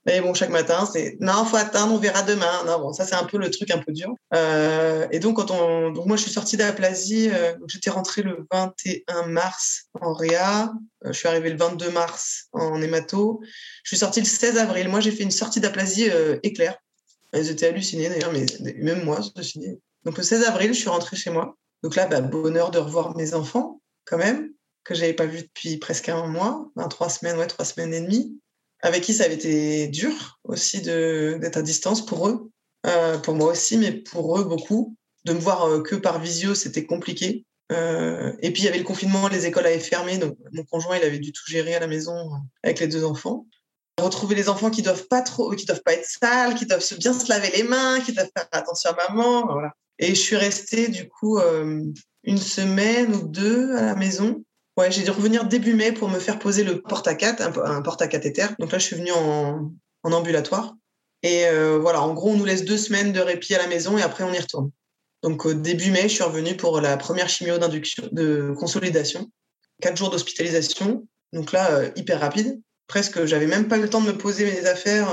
Mais bon, chaque matin, c'est non, faut attendre, on verra demain. Non, bon, ça, c'est un peu le truc un peu dur. Et donc, donc moi, je suis sortie d'Aplasie. Donc j'étais rentrée le 21 mars en réa. Je suis arrivée le 22 mars en hémato. Je suis sortie le 16 avril. Moi, j'ai fait une sortie d'Aplasie éclair. Elles étaient hallucinées d'ailleurs, mais même moi, je me suis dit. Donc le 16 avril, je suis rentrée chez moi. Donc là, bonheur de revoir mes enfants, quand même, que j'avais pas vus depuis presque un mois, 3 semaines, 3 semaines et demie, avec qui ça avait été dur aussi d'être à distance pour eux, pour moi aussi, mais pour eux beaucoup. De me voir que par visio, c'était compliqué. Et puis il y avait le confinement, les écoles avaient fermé, donc mon conjoint, il avait dû tout gérer à la maison avec les 2 enfants. Retrouver les enfants qui doivent pas être sales, qui doivent bien se laver les mains, qui doivent faire attention à maman, voilà. Et je suis restée du coup 1 semaine ou 2 à la maison. Ouais, j'ai dû revenir début mai pour me faire poser le porte-à-4, un porte-à-cathéter. Donc là, je suis venue en ambulatoire. Et voilà, en gros, on nous laisse 2 semaines de répit à la maison et après, on y retourne. Donc début mai, je suis revenue pour la première chimio de consolidation. 4 jours d'hospitalisation. Donc là, hyper rapide. Presque, j'avais même pas eu le temps de me poser mes affaires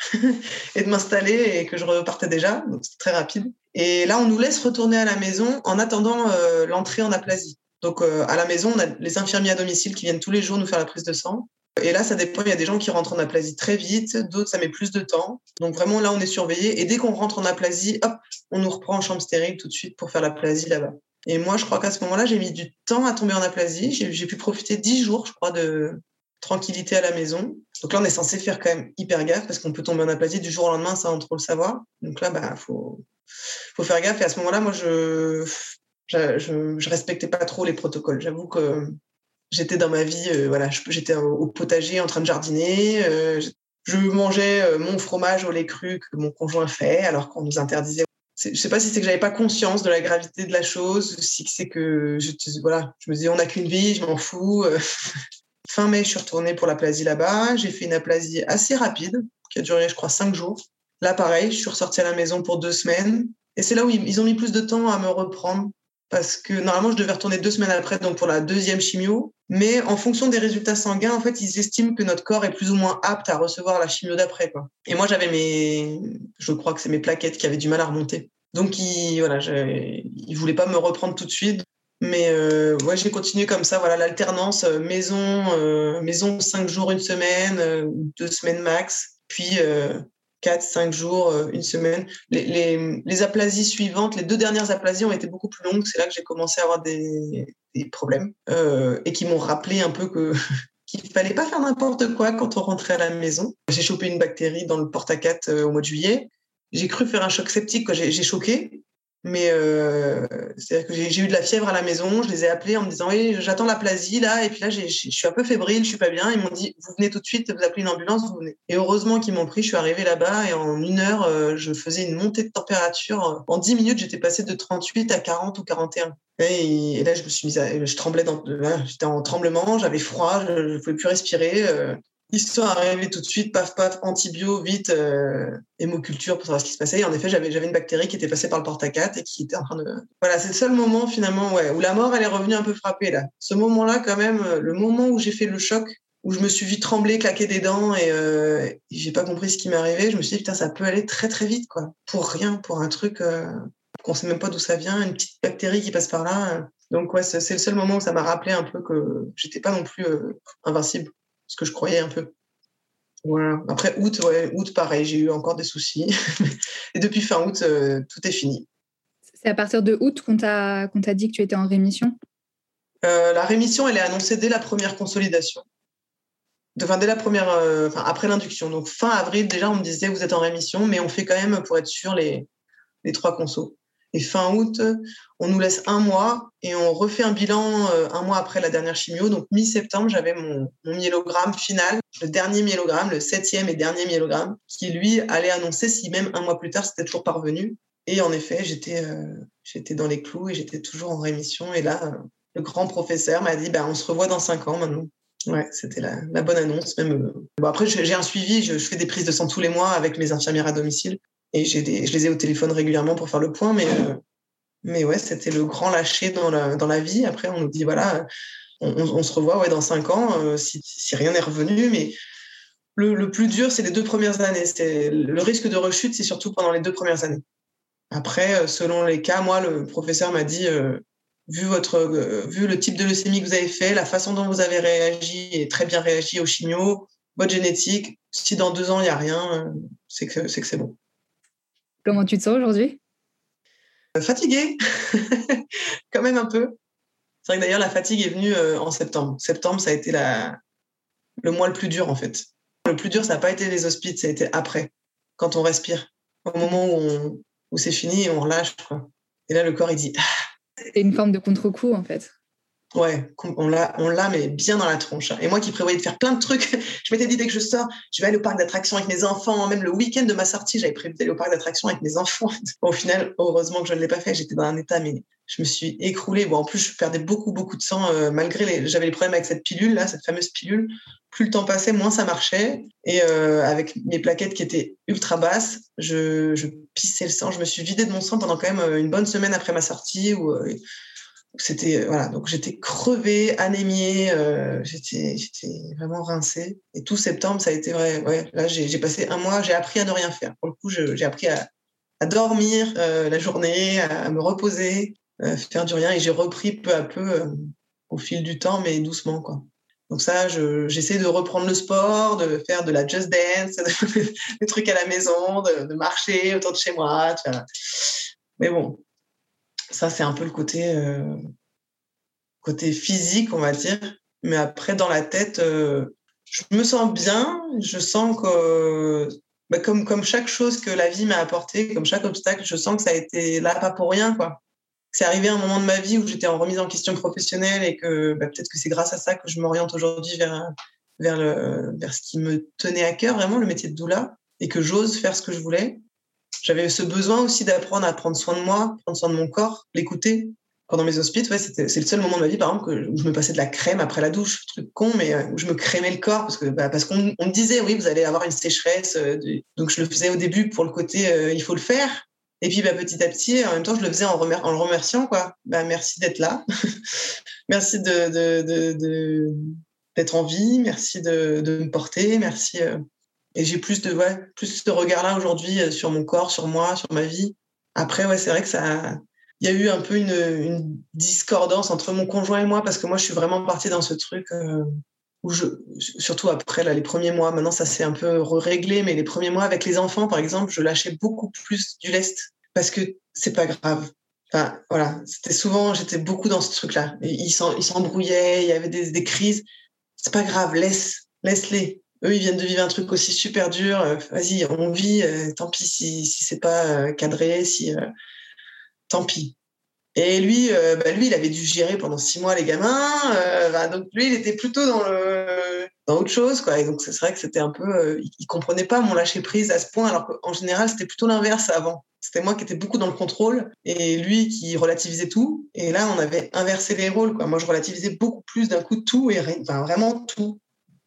et de m'installer et que je repartais déjà. Donc, c'est très rapide. Et là, on nous laisse retourner à la maison en attendant l'entrée en aplasie. Donc, à la maison, on a les infirmiers à domicile qui viennent tous les jours nous faire la prise de sang. Et là, ça dépend. Il y a des gens qui rentrent en aplasie très vite, d'autres, ça met plus de temps. Donc, vraiment, là, on est surveillé. Et dès qu'on rentre en aplasie, hop, on nous reprend en chambre stérile tout de suite pour faire l'aplasie là-bas. Et moi, je crois qu'à ce moment-là, j'ai mis du temps à tomber en aplasie. J'ai pu profiter 10 jours, je crois, de tranquillité à la maison. Donc là, on est censé faire quand même hyper gaffe parce qu'on peut tomber en aplasie du jour au lendemain sans trop le savoir. Donc là, faut faire gaffe. Et à ce moment-là, moi, je respectais pas trop les protocoles. J'avoue que j'étais dans ma vie, j'étais au potager en train de jardiner. Je mangeais mon fromage au lait cru que mon conjoint fait alors qu'on nous interdisait. Je sais pas si c'est que j'avais pas conscience de la gravité de la chose, si c'est que je me disais on n'a qu'une vie, je m'en fous. Fin mai, je suis retournée pour l'aplasie là-bas. J'ai fait une aplasie assez rapide, qui a duré, je crois, 5 jours. Là, pareil, je suis ressortie à la maison pour 2 semaines. Et c'est là où ils ont mis plus de temps à me reprendre. Parce que normalement, je devais retourner 2 semaines après, donc pour la 2e chimio. Mais en fonction des résultats sanguins, en fait, ils estiment que notre corps est plus ou moins apte à recevoir la chimio d'après, quoi. Et moi, j'avais je crois que c'est mes plaquettes qui avaient du mal à remonter. Donc, ils voulaient pas me reprendre tout de suite. Mais j'ai continué comme ça, voilà, l'alternance maison 5 jours, 1 semaine, 2 semaines max, puis 4, 5 jours, 1 semaine. Les aplasies suivantes, les 2 dernières aplasies ont été beaucoup plus longues. C'est là que j'ai commencé à avoir des problèmes et qui m'ont rappelé un peu qu'il fallait pas faire n'importe quoi quand on rentrait à la maison. J'ai chopé une bactérie dans le porte-à-4 au mois de juillet. J'ai cru faire un choc septique quand j'ai choqué. Mais c'est-à-dire que j'ai eu de la fièvre à la maison, je les ai appelés en me disant oui, j'attends l'aplasie là, et puis là je suis un peu fébrile, je suis pas bien. Ils m'ont dit vous venez tout de suite, vous appelez une ambulance, vous venez. Et heureusement qu'ils m'ont pris, je suis arrivée là-bas et en 1 heure je faisais une montée de température. En 10 minutes j'étais passée de 38 à 40 ou 41. Et là je me suis mise je tremblais j'étais en tremblement, j'avais froid, je ne pouvais plus respirer. Ils sont arrivés tout de suite, paf, paf, antibio, vite, hémoculture pour savoir ce qui se passait. Et en effet, j'avais une bactérie qui était passée par le porte-à-4 et qui était en train de... Voilà, c'est le seul moment finalement où la mort, elle est revenue un peu frapper là. Ce moment-là, quand même, le moment où j'ai fait le choc, où je me suis vite trembler, claquer des dents et j'ai pas compris ce qui m'arrivait, je me suis dit, putain, ça peut aller très très vite, quoi. Pour rien, pour un truc qu'on sait même pas d'où ça vient, une petite bactérie qui passe par là. Donc ouais, c'est le seul moment où ça m'a rappelé un peu que j'étais pas non plus invincible. Ce que je croyais un peu. Voilà. Après août, pareil, j'ai eu encore des soucis. Et depuis fin août, tout est fini. C'est à partir de août qu'on t'a dit que tu étais en rémission ? La rémission, elle est annoncée dès la première consolidation. Dès la première, après l'induction. Donc fin avril, déjà, on me disait vous êtes en rémission, mais on fait quand même pour être sûr les 3 consos. Et fin août, on nous laisse 1 mois et on refait un bilan 1 mois après la dernière chimio. Donc, mi-septembre, j'avais mon myélogramme final, le dernier myélogramme, le 7e et dernier myélogramme, qui, lui, allait annoncer si même 1 mois plus tard, c'était toujours parvenu. Et en effet, j'étais dans les clous et j'étais toujours en rémission. Et là, le grand professeur m'a dit on se revoit dans 5 ans maintenant. Ouais, c'était la bonne annonce. Même. Après, j'ai un suivi, je fais des prises de sang tous les mois avec mes infirmières à domicile. Et je les ai au téléphone régulièrement pour faire le point, mais ouais, c'était le grand lâcher dans la vie. Après, on nous dit, voilà, on se revoit dans 5 ans, si rien n'est revenu. Mais Le plus dur, c'est les 2 premières années. Le risque de rechute, c'est surtout pendant les 2 premières années. Après, selon les cas, moi, le professeur m'a dit, vu le type de leucémie que vous avez fait, la façon dont vous avez réagi et très bien réagi aux chimios, votre génétique, si dans 2 ans, il n'y a rien, c'est que c'est bon. Comment tu te sens aujourd'hui ? Fatiguée, quand même un peu. C'est vrai que d'ailleurs, la fatigue est venue en septembre. Septembre, ça a été le mois le plus dur, en fait. Le plus dur, ça n'a pas été les hospices, ça a été après, quand on respire. Au moment où c'est fini et on relâche, quoi. Et là, le corps, il dit... C'est une forme de contre-coup, en fait. Ouais, on l'a, mais bien dans la tronche. Et moi qui prévoyais de faire plein de trucs, je m'étais dit, dès que je sors, je vais aller au parc d'attractions avec mes enfants. Même le week-end de ma sortie, j'avais prévu d'aller au parc d'attractions avec mes enfants. Au final, heureusement que je ne l'ai pas fait. J'étais dans un état, mais je me suis écroulée. Bon, en plus, je perdais beaucoup, beaucoup de sang, j'avais les problèmes avec cette pilule, là, cette fameuse pilule. Plus le temps passait, moins ça marchait. Et avec mes plaquettes qui étaient ultra basses, je pissais le sang. Je me suis vidée de mon sang pendant quand même une bonne semaine après ma sortie où... C'était voilà, donc j'étais crevée, anémiée, j'étais vraiment rincée. Et tout septembre, ça a été vrai. Ouais, là, j'ai passé un mois, j'ai appris à ne rien faire. Pour le coup, j'ai appris à dormir la journée, à me reposer, faire du rien. Et j'ai repris peu à peu au fil du temps, mais doucement, quoi. Donc ça, j'essaie de reprendre le sport, de faire de la Just Dance, des trucs à la maison, de marcher autour de chez moi. Tu vois. Mais bon. Ça, c'est un peu le côté physique, on va dire. Mais après, dans la tête, je me sens bien. Je sens que, comme chaque chose que la vie m'a apporté, comme chaque obstacle, je sens que ça a été là, pas pour rien, quoi. C'est arrivé un moment de ma vie où j'étais en remise en question professionnelle et que peut-être que c'est grâce à ça que je m'oriente aujourd'hui vers ce qui me tenait à cœur, vraiment, le métier de doula, et que j'ose faire ce que je voulais. J'avais ce besoin aussi d'apprendre à prendre soin de moi, prendre soin de mon corps, l'écouter. Pendant mes hospices, ouais, c'est le seul moment de ma vie, par exemple, où je me passais de la crème après la douche, truc con, mais où je me crémais le corps parce qu'on me disait, oui, vous allez avoir une sécheresse. Donc je le faisais au début pour le côté, il faut le faire. Et puis petit à petit, en même temps, je le faisais en le remerciant, quoi. Merci d'être là, merci d'être en vie, merci de me porter, merci. Et j'ai plus ce regard-là aujourd'hui sur mon corps, sur moi, sur ma vie. Après, ouais, c'est vrai que il y a eu un peu une discordance entre mon conjoint et moi parce que moi, je suis vraiment partie dans ce truc où surtout après là, les premiers mois, maintenant ça s'est un peu réglé, mais les premiers mois avec les enfants, par exemple, je lâchais beaucoup plus du lest parce que c'est pas grave. Enfin, voilà, j'étais beaucoup dans ce truc-là. Et ils s'embrouillaient, il y avait des crises. C'est pas grave, laisse-les. Eux, ils viennent de vivre un truc aussi super dur. Vas-y, on vit. Tant pis si c'est pas cadré, tant pis. Et lui, il avait dû gérer pendant 6 mois les gamins. Donc lui, il était plutôt dans autre chose, quoi. Et donc c'est vrai que c'était un peu, il comprenait pas mon lâcher prise à ce point, alors qu'en général, c'était plutôt l'inverse avant. C'était moi qui étais beaucoup dans le contrôle et lui qui relativisait tout. Et là, on avait inversé les rôles, quoi. Moi, je relativisais beaucoup plus d'un coup tout et vraiment tout.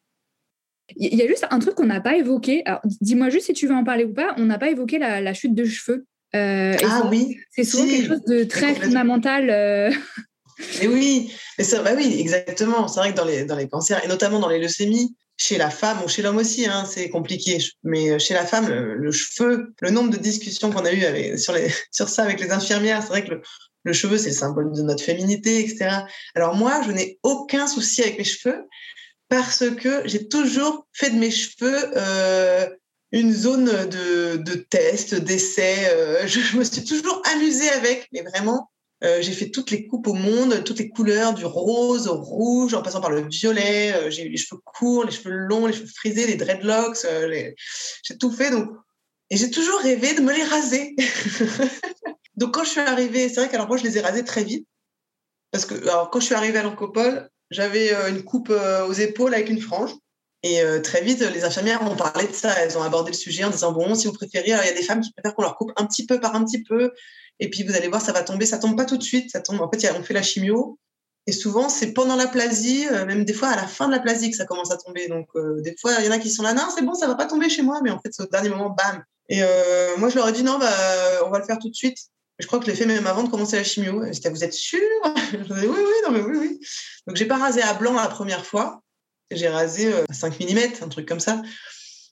Il y a juste un truc qu'on n'a pas évoqué. Alors, dis-moi juste si tu veux en parler ou pas. On n'a pas évoqué la chute de cheveux. Oui. C'est souvent quelque chose de très fondamental. Et oui, oui, exactement. C'est vrai que dans les cancers, et notamment dans les leucémies, chez la femme ou chez l'homme aussi, hein, c'est compliqué. Mais chez la femme, le cheveu, le nombre de discussions qu'on a eues sur ça avec les infirmières, c'est vrai que le cheveu, c'est le symbole de notre féminité, etc. Alors moi, je n'ai aucun souci avec mes cheveux parce que j'ai toujours fait de mes cheveux une zone de test, d'essai. Je me suis toujours amusée avec, mais vraiment, j'ai fait toutes les coupes au monde, toutes les couleurs, du rose au rouge, en passant par le violet. J'ai eu les cheveux courts, les cheveux longs, les cheveux frisés, les dreadlocks. J'ai tout fait. Et j'ai toujours rêvé de me les raser. Donc, quand je suis arrivée, c'est vrai qu'alors moi, je les ai rasés très vite. Parce que quand je suis arrivée à l'Oncopole, j'avais une coupe aux épaules avec une frange. Et très vite, les infirmières ont parlé de ça. Elles ont abordé le sujet en disant, bon, si vous préférez, alors il y a des femmes qui préfèrent qu'on leur coupe un petit peu par un petit peu. Et puis, vous allez voir, ça va tomber. Ça tombe pas tout de suite. Ça tombe. En fait, on fait la chimio. Et souvent, c'est pendant l'aplasie, même des fois à la fin de l'aplasie que ça commence à tomber. Donc, des fois, il y en a qui sont là, non, c'est bon, ça va pas tomber chez moi. Mais en fait, c'est au dernier moment, bam. Et moi, je leur ai dit, non, on va le faire tout de suite. Je crois que je l'ai fait même avant de commencer la chimio. J'étais, vous êtes sûre? Je disais, oui. Donc, j'ai pas rasé à blanc la première fois. J'ai rasé à 5 mm, un truc comme ça.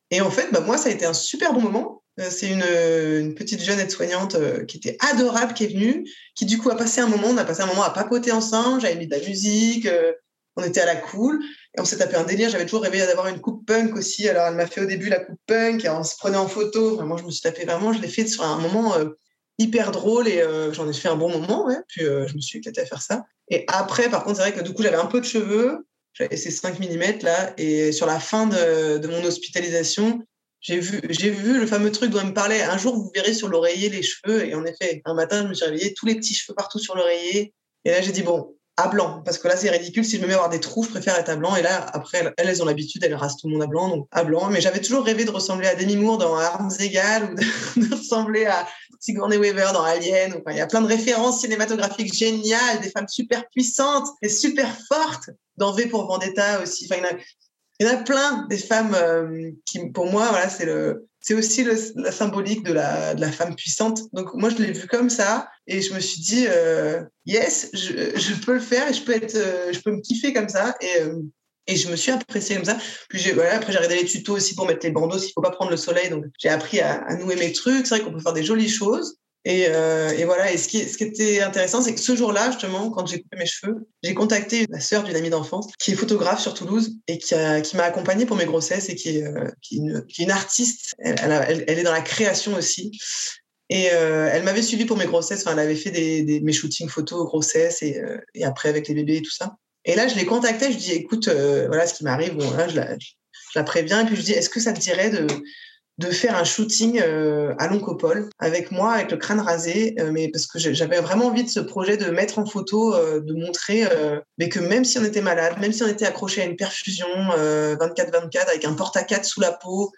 Et en fait, moi, ça a été un super bon moment. C'est une petite jeune aide-soignante qui était adorable, qui est venue, qui du coup on a passé un moment à papoter ensemble, j'avais mis de la musique, on était à la cool, et on s'est tapé un délire, j'avais toujours rêvé d'avoir une coupe punk aussi, alors elle m'a fait au début la coupe punk, et on se prenait en photo, enfin, moi je me suis tapé vraiment, je l'ai fait sur un moment hyper drôle, et j'en ai fait un bon moment, ouais. Puis je me suis éclatée à faire ça. Et après, par contre, c'est vrai que du coup j'avais un peu de cheveux, j'avais ces 5 mm là, et sur la fin de mon hospitalisation, j'ai vu le fameux truc dont elle me parlait. Un jour, vous verrez sur l'oreiller les cheveux. Et en effet, un matin, je me suis réveillée, tous les petits cheveux partout sur l'oreiller. Et là, j'ai dit, bon, à blanc. Parce que là, c'est ridicule. Si je me mets à avoir des trous, je préfère être à blanc. Et là, après, elles ont l'habitude, elles rasent tout le monde à blanc. Donc, à blanc. Mais j'avais toujours rêvé de ressembler à Demi Moore dans Armes égales ou de ressembler à Sigourney Weaver dans Alien. Enfin, il y a plein de références cinématographiques géniales, des femmes super puissantes et super fortes. Dans V pour Vendetta aussi. Enfin, il y en a plein des femmes qui, pour moi, voilà, c'est aussi la symbolique de la femme puissante. Donc, moi, je l'ai vu comme ça et je me suis dit, yes, je peux le faire et je peux me kiffer comme ça. Et je me suis appréciée comme ça. Puis après, j'ai regardé les tutos aussi pour mettre les bandeaux s'il ne faut pas prendre le soleil. Donc, j'ai appris à nouer mes trucs. C'est vrai qu'on peut faire des jolies choses. Et voilà. Et ce qui était intéressant, c'est que ce jour-là, justement, quand j'ai coupé mes cheveux, j'ai contacté la sœur d'une amie d'enfance qui est photographe sur Toulouse et qui m'a accompagnée pour mes grossesses et qui est une artiste. Elle est dans la création aussi. Et elle m'avait suivie pour mes grossesses. Enfin, elle avait fait mes shootings photos grossesses et après avec les bébés et tout ça. Et là, je l'ai contactée. Je lui dis, écoute, voilà ce qui m'arrive. Bon, là, je la préviens. Et puis je dis, est-ce que ça te dirait de faire un shooting à l'Oncopole avec moi, avec le crâne rasé, mais parce que j'avais vraiment envie de ce projet de mettre en photo, de montrer mais que même si on était malade, même si on était accroché à une perfusion 24/24 avec un porte-à-4 sous la peau,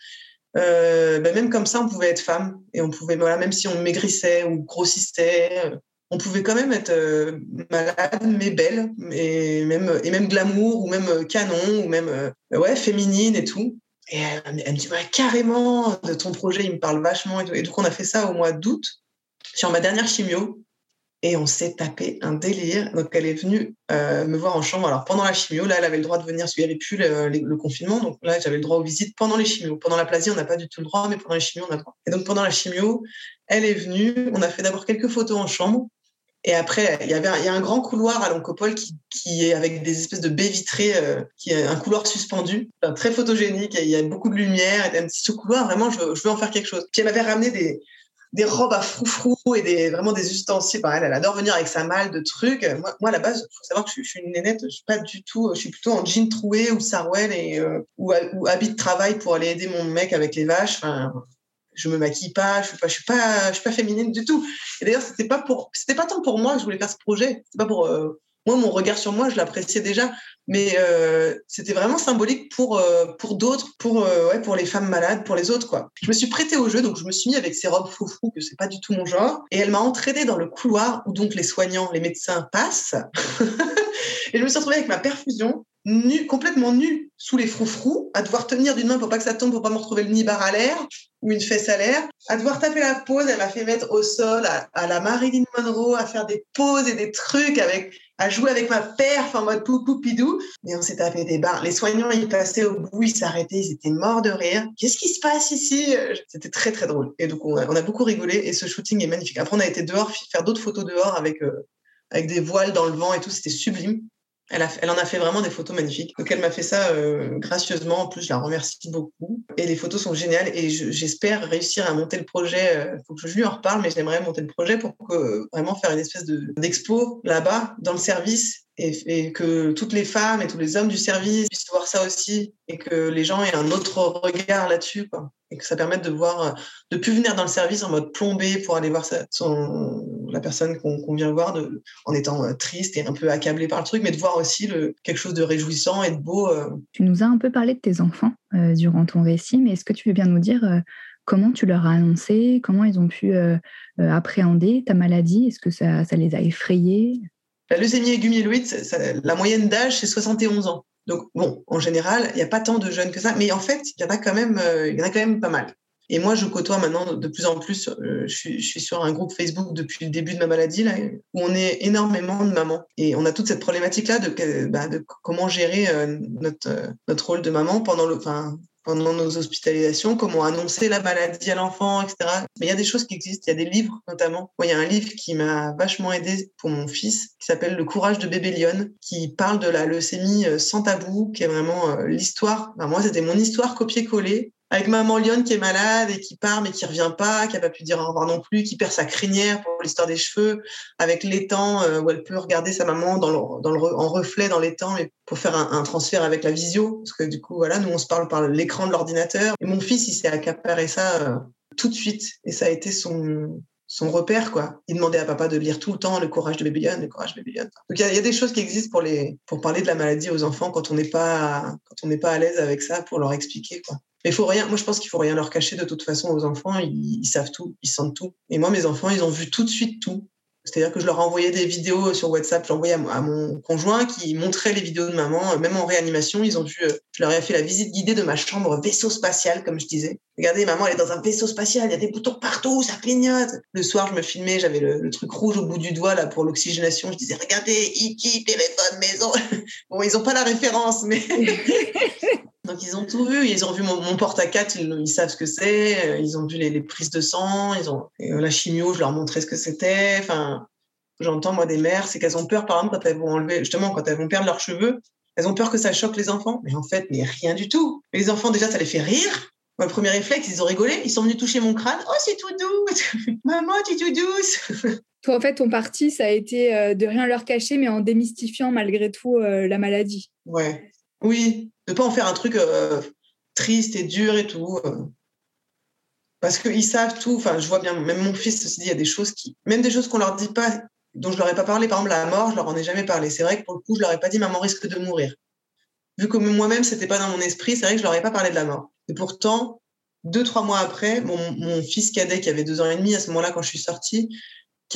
même comme ça, on pouvait être femme et on pouvait, voilà, même si on maigrissait ou grossissait, on pouvait quand même être malade mais belle et même glamour ou même canon ou même féminine et tout. Et elle me dit, ouais, carrément, de ton projet, il me parle vachement. Et donc, on a fait ça au mois d'août, sur ma dernière chimio. Et on s'est tapé un délire. Donc, elle est venue me voir en chambre. Alors, pendant la chimio, là, elle avait le droit de venir, parce qu'il n'y avait plus le confinement. Donc, là, j'avais le droit aux visites pendant les chimios. Pendant la plasie, on n'a pas du tout le droit, mais pendant les chimios, on a le droit. Et donc, pendant la chimio, elle est venue. On a fait d'abord quelques photos en chambre. Et après, il y a un grand couloir à l'Oncopole qui est avec des espèces de baies vitrées, qui est un couloir suspendu, très photogénique. Il y a beaucoup de lumière. Et un petit couloir, vraiment, je veux en faire quelque chose. Puis elle m'avait ramené des robes à froufrou et vraiment des ustensiles. Enfin, elle adore venir avec sa malle de trucs. Moi à la base, il faut savoir que je suis une nénette. Je suis plutôt en jean troué ou sarouel ou habit de travail pour aller aider mon mec avec les vaches. Enfin, je me maquille pas, je suis pas féminine du tout. Et d'ailleurs, c'était pas tant pour moi que je voulais faire ce projet. C'était pas pour moi, mon regard sur moi, je l'appréciais déjà, mais c'était vraiment symbolique pour d'autres, pour les femmes malades, pour les autres, quoi. Je me suis prêtée au jeu, donc je me suis mis avec ces robes froufrou que c'est pas du tout mon genre, et elle m'a entraînée dans le couloir où donc les soignants, les médecins passent. Et je me suis retrouvée avec ma perfusion, complètement nue, sous les froufrous, à devoir tenir d'une main pour pas que ça tombe, pour pas me retrouver le nibar à l'air ou une fesse à l'air, à devoir taper la pose. Elle m'a fait mettre au sol à la Marilyn Monroe, à faire des poses et des trucs à jouer avec ma perf en mode poupidou. Et on s'est tapé des barres. Les soignants, ils passaient au bout, ils s'arrêtaient, ils étaient morts de rire. Qu'est-ce qui se passe ici? C'était très, très drôle. Et donc, on a beaucoup rigolé et ce shooting est magnifique. Après, on a été dehors, faire d'autres photos dehors avec des voiles dans le vent et tout. C'était sublime. Elle en a fait vraiment des photos magnifiques. Donc, elle m'a fait ça gracieusement. En plus, je la remercie beaucoup. Et les photos sont géniales. Et j'espère réussir à monter le projet. Il faut que je lui en reparle, mais j'aimerais monter le projet pour vraiment faire une espèce d'expo là-bas, dans le service. Et que toutes les femmes et tous les hommes du service puissent voir ça aussi. Et que les gens aient un autre regard là-dessus, quoi. Et que ça permette de plus venir dans le service en mode plombé pour aller voir la personne qu'on vient voir en étant triste et un peu accablé par le truc, mais de voir aussi quelque chose de réjouissant et de beau. Tu nous as un peu parlé de tes enfants durant ton récit, mais est-ce que tu veux bien nous dire comment tu leur as annoncé, comment ils ont pu appréhender ta maladie? Est-ce que ça les a effrayés? La leucémie aiguë myéloïde, la moyenne d'âge, c'est 71 ans. Donc, bon, en général, il n'y a pas tant de jeunes que ça, mais en fait, il y en a quand même pas mal. Et moi, je côtoie maintenant de plus en plus, je suis sur un groupe Facebook depuis le début de ma maladie, là, où on est énormément de mamans. Et on a toute cette problématique-là de comment gérer notre rôle de maman pendant nos hospitalisations, comment annoncer la maladie à l'enfant, etc. Mais il y a des choses qui existent, il y a des livres notamment. Moi, il y a un livre qui m'a vachement aidée pour mon fils, qui s'appelle Le courage de bébé Lionne, qui parle de la leucémie sans tabou, qui est vraiment l'histoire. Enfin, moi, c'était mon histoire copier-coller, avec maman Lionne qui est malade et qui part mais qui revient pas, qui a pas pu dire au revoir non plus, qui perd sa crinière pour l'histoire des cheveux, avec l'étang où elle peut regarder sa maman en reflet dans l'étang et pour faire un transfert avec la visio, parce que du coup voilà, nous on se parle par l'écran de l'ordinateur. Et mon fils il s'est accaparé ça tout de suite et ça a été son repère, quoi. Il demandait à papa de lire tout le temps Le courage de bébé Lionne, Le courage de bébé Lionne. Donc il y a des choses qui existent pour parler de la maladie aux enfants quand on n'est pas à l'aise avec ça, pour leur expliquer, quoi. Mais moi je pense qu'il faut rien leur cacher de toute façon aux enfants, ils savent tout, ils sentent tout. Et moi mes enfants, ils ont vu tout de suite tout. C'est-à-dire que je leur envoyais des vidéos sur WhatsApp, j'envoyais à mon conjoint qui montrait les vidéos de maman, même en réanimation, ils ont vu, je leur ai fait la visite guidée de ma chambre vaisseau spatial, comme je disais. Regardez, maman, elle est dans un vaisseau spatial, il y a des boutons partout, ça clignote. Le soir, je me filmais, j'avais le truc rouge au bout du doigt, là, pour l'oxygénation. Je disais, regardez, E.T., téléphone, maison. Bon, ils ont pas la référence, mais... Donc, ils ont tout vu. Ils ont vu mon porte-à-4, ils savent ce que c'est. Ils ont vu les prises de sang. La chimio, je leur montrais ce que c'était. Enfin, j'entends, moi, des mères, c'est qu'elles ont peur, par exemple, quand elles vont perdre leurs cheveux, elles ont peur que ça choque les enfants. Mais en fait, rien du tout. Les enfants, déjà, ça les fait rire. Moi, le premier réflexe, ils ont rigolé. Ils sont venus toucher mon crâne. Oh, c'est tout doux. Maman, tu es tout douce. Toi, en fait, ton parti, ça a été de rien leur cacher, mais en démystifiant malgré tout la maladie. Ouais. Oui, de pas en faire un truc triste et dur et tout. Parce qu'ils savent tout. Enfin, je vois bien, même mon fils, ceci dit, il y a des choses même des choses qu'on leur dit pas, dont je leur ai pas parlé. Par exemple, la mort, je leur en ai jamais parlé. C'est vrai que pour le coup, je leur ai pas dit maman risque de mourir. Vu que moi-même, c'était pas dans mon esprit, c'est vrai que je leur ai pas parlé de la mort. Et pourtant, 2-3 mois après, mon fils cadet, qui avait 2 ans et demi à ce moment-là, quand je suis sortie, qui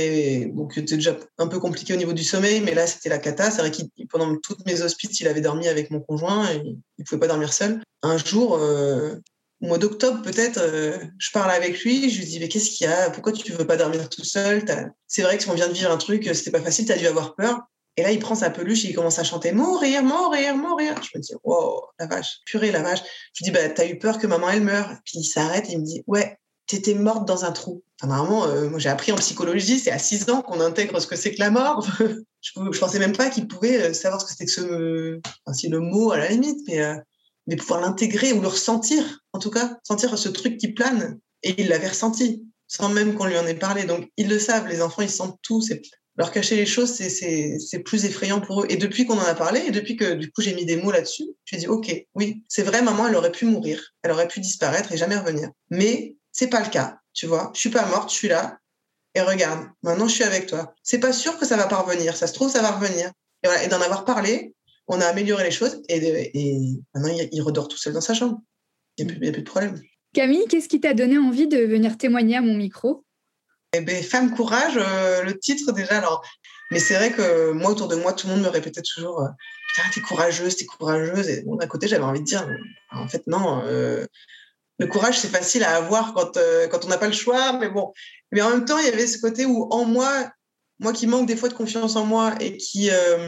était déjà un peu compliqué au niveau du sommeil, mais là, c'était la cata. C'est vrai que pendant toutes mes hospices, il avait dormi avec mon conjoint et il pouvait pas dormir seul. Un jour, au mois d'octobre, peut-être, je parle avec lui, je lui dis, mais qu'est-ce qu'il y a? Pourquoi tu veux pas dormir tout seul? C'est vrai qu'on vient de vivre un truc, c'était pas facile, t'as dû avoir peur. Et là, il prend sa peluche et il commence à chanter mourir, mourir, mourir. Je me dis, wow, la vache, purée, la vache. Je lui dis, t'as eu peur que maman, elle meure? Puis il s'arrête et il me dit, ouais, t'étais morte dans un trou. Enfin, normalement, moi, j'ai appris en psychologie, c'est à 6 ans qu'on intègre ce que c'est que la mort. Je pensais même pas qu'il pouvait savoir ce que c'était que si le mot, à la limite, mais pouvoir l'intégrer ou le ressentir, en tout cas, sentir ce truc qui plane. Et il l'avait ressenti, sans même qu'on lui en ait parlé. Donc, ils le savent, les enfants, ils sentent tout. Leur cacher les choses, c'est plus effrayant pour eux. Et depuis qu'on en a parlé, et depuis que du coup j'ai mis des mots là-dessus, je dis ok, oui, c'est vrai, maman, elle aurait pu mourir, elle aurait pu disparaître et jamais revenir. Mais c'est pas le cas, tu vois. Je suis pas morte, je suis là. Et regarde, maintenant je suis avec toi. C'est pas sûr que ça va pas revenir. Ça se trouve, ça va revenir. Et voilà. Et d'en avoir parlé, on a amélioré les choses. Et maintenant, il redort tout seul dans sa chambre. Il n'y a plus de problème. Camille, qu'est-ce qui t'a donné envie de venir témoigner à mon micro? Eh ben, Femme Courage, le titre déjà. Alors, mais c'est vrai que moi, autour de moi, tout le monde me répétait toujours putain, t'es courageuse, t'es courageuse. Et bon, d'un côté, j'avais envie de dire en fait, non. Le courage, c'est facile à avoir quand on n'a pas le choix. Mais bon. Mais en même temps, il y avait ce côté où, en moi qui manque des fois de confiance en moi et qui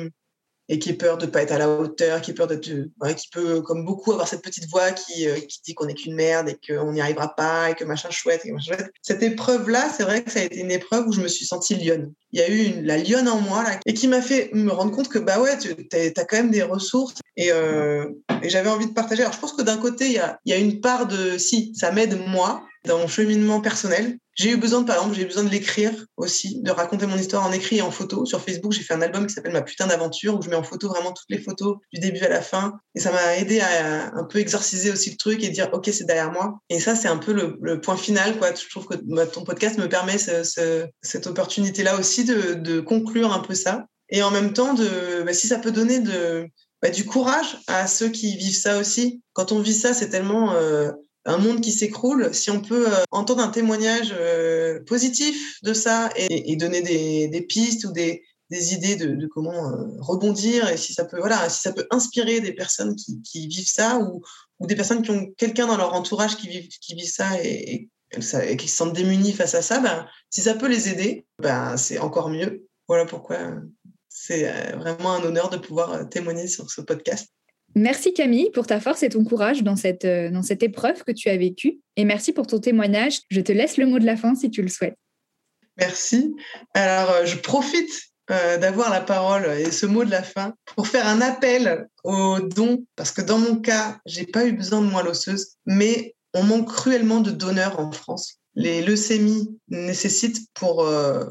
ait peur de ne pas être à la hauteur, qui peut, comme beaucoup, avoir cette petite voix qui dit qu'on n'est qu'une merde et qu'on n'y arrivera pas et que machin chouette. Cette épreuve-là, c'est vrai que ça a été une épreuve où je me suis sentie lionne. Il y a eu la lionne en moi là, et qui m'a fait me rendre compte que bah ouais, t'as quand même des ressources et j'avais envie de partager. Alors je pense que d'un côté, il y a une part de si, ça m'aide moi dans mon cheminement personnel. J'ai eu besoin de l'écrire aussi, de raconter mon histoire en écrit et en photo. Sur Facebook, j'ai fait un album qui s'appelle Ma putain d'aventure, où je mets en photo vraiment toutes les photos du début à la fin. Et ça m'a aidé à un peu exorciser aussi le truc et dire, OK, c'est derrière moi. Et ça, c'est un peu le point final, quoi. Je trouve que ton podcast me permet cette opportunité-là aussi de conclure un peu ça. Et en même temps, si ça peut donner du courage à ceux qui vivent ça aussi. Quand on vit ça, c'est tellement... un monde qui s'écroule, si on peut entendre un témoignage positif de ça et donner des pistes ou des idées de comment rebondir, et si ça peut inspirer des personnes qui vivent ça ou des personnes qui ont quelqu'un dans leur entourage qui vit ça et qui se sentent démunis face à ça, si ça peut les aider, c'est encore mieux. Voilà pourquoi c'est vraiment un honneur de pouvoir témoigner sur ce podcast. Merci Camille pour ta force et ton courage dans cette épreuve que tu as vécue. Et merci pour ton témoignage. Je te laisse le mot de la fin si tu le souhaites. Merci. Alors, je profite d'avoir la parole et ce mot de la fin pour faire un appel aux dons, parce que dans mon cas, j'ai pas eu besoin de moelle osseuse, mais on manque cruellement de donneurs en France. Les leucémies nécessitent pour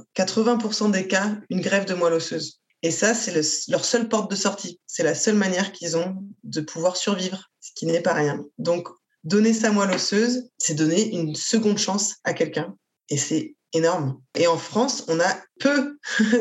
80% des cas une greffe de moelle osseuse. Et ça, c'est leur seule porte de sortie. C'est la seule manière qu'ils ont de pouvoir survivre, ce qui n'est pas rien. Donc, donner sa moelle osseuse, c'est donner une seconde chance à quelqu'un. Et c'est énorme. Et en France, on a peu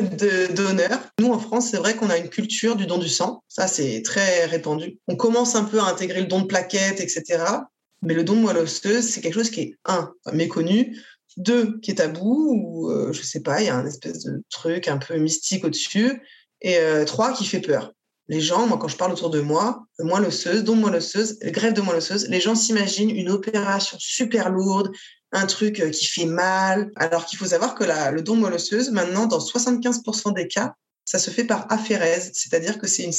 de donneurs. Nous, en France, c'est vrai qu'on a une culture du don du sang. Ça, c'est très répandu. On commence un peu à intégrer le don de plaquettes, etc. Mais le don de moelle osseuse, c'est quelque chose qui est, méconnu, 2, qui est tabou, ou je sais pas, il y a un espèce de truc un peu mystique au-dessus, et 3, qui fait peur. Les gens, moi, quand je parle autour de moi, moelle osseuse, don de moelle osseuse, greffe de moelle osseuse, les gens s'imaginent une opération super lourde, un truc qui fait mal, alors qu'il faut savoir que le don de moelle osseuse, maintenant, dans 75% des cas, ça se fait par aphérèse, c'est-à-dire que c'est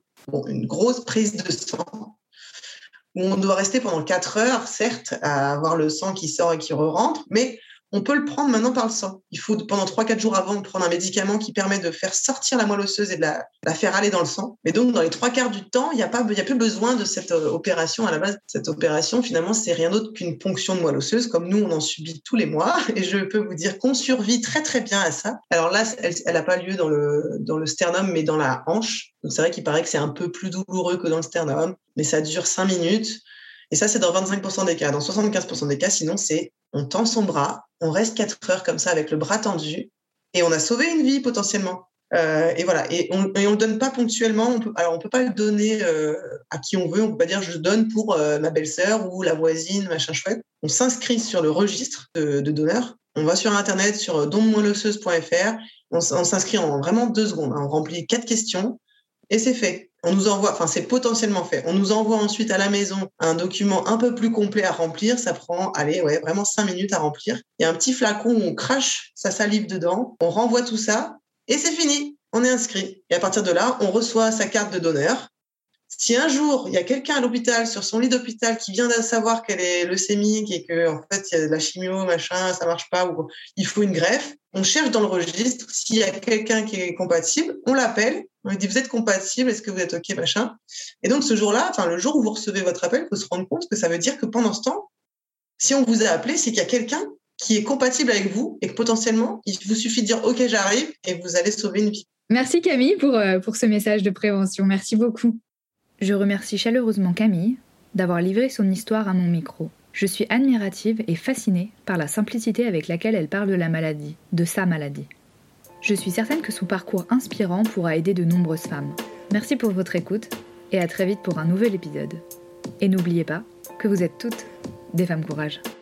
une grosse prise de sang, où on doit rester pendant 4 heures, certes, à avoir le sang qui sort et qui re-rentre, mais on peut le prendre maintenant par le sang. Il faut, pendant 3-4 jours avant, prendre un médicament qui permet de faire sortir la moelle osseuse et de la faire aller dans le sang. Mais donc, dans les 3/4 du temps, il y a plus besoin de cette opération. À la base, cette opération, finalement, c'est rien d'autre qu'une ponction de moelle osseuse, comme nous, on en subit tous les mois. Et je peux vous dire qu'on survit très, très bien à ça. Alors là, elle n'a pas lieu dans le sternum, mais dans la hanche. Donc, c'est vrai qu'il paraît que c'est un peu plus douloureux que dans le sternum, mais ça dure 5 minutes. Et ça, c'est dans 25% des cas. Dans 75% des cas, sinon, on tend son bras, on reste 4 heures comme ça avec le bras tendu et on a sauvé une vie potentiellement. Et voilà. Et on le donne pas ponctuellement. On peut pas le donner à qui on veut. On peut pas dire je donne pour ma belle-sœur ou la voisine, machin chouette. On s'inscrit sur le registre de donneurs. On va sur Internet, sur donmoelleosseuse.fr. On s'inscrit en vraiment 2 secondes. On remplit 4 questions et c'est fait. On nous envoie, c'est potentiellement fait. On nous envoie ensuite à la maison un document un peu plus complet à remplir. Ça prend, vraiment 5 minutes à remplir. Il y a un petit flacon où on crache sa salive dedans. On renvoie tout ça et c'est fini. On est inscrit. Et à partir de là, on reçoit sa carte de donneur. Si un jour, il y a quelqu'un à l'hôpital, sur son lit d'hôpital, qui vient de savoir qu'elle est leucémique et qu'en fait, il y a de la chimio, machin, ça marche pas, ou il faut une greffe, on cherche dans le registre. S'il y a quelqu'un qui est compatible, on l'appelle. On lui dit, vous êtes compatible, est-ce que vous êtes OK, machin. Et donc, ce jour-là, le jour où vous recevez votre appel, il faut se rendre compte que ça veut dire que pendant ce temps, si on vous a appelé, c'est qu'il y a quelqu'un qui est compatible avec vous et que potentiellement, il vous suffit de dire, OK, j'arrive, et vous allez sauver une vie. Merci Camille pour ce message de prévention. Merci beaucoup. Je remercie chaleureusement Camille d'avoir livré son histoire à mon micro. Je suis admirative et fascinée par la simplicité avec laquelle elle parle de la maladie, de sa maladie. Je suis certaine que son parcours inspirant pourra aider de nombreuses femmes. Merci pour votre écoute et à très vite pour un nouvel épisode. Et n'oubliez pas que vous êtes toutes des femmes courage.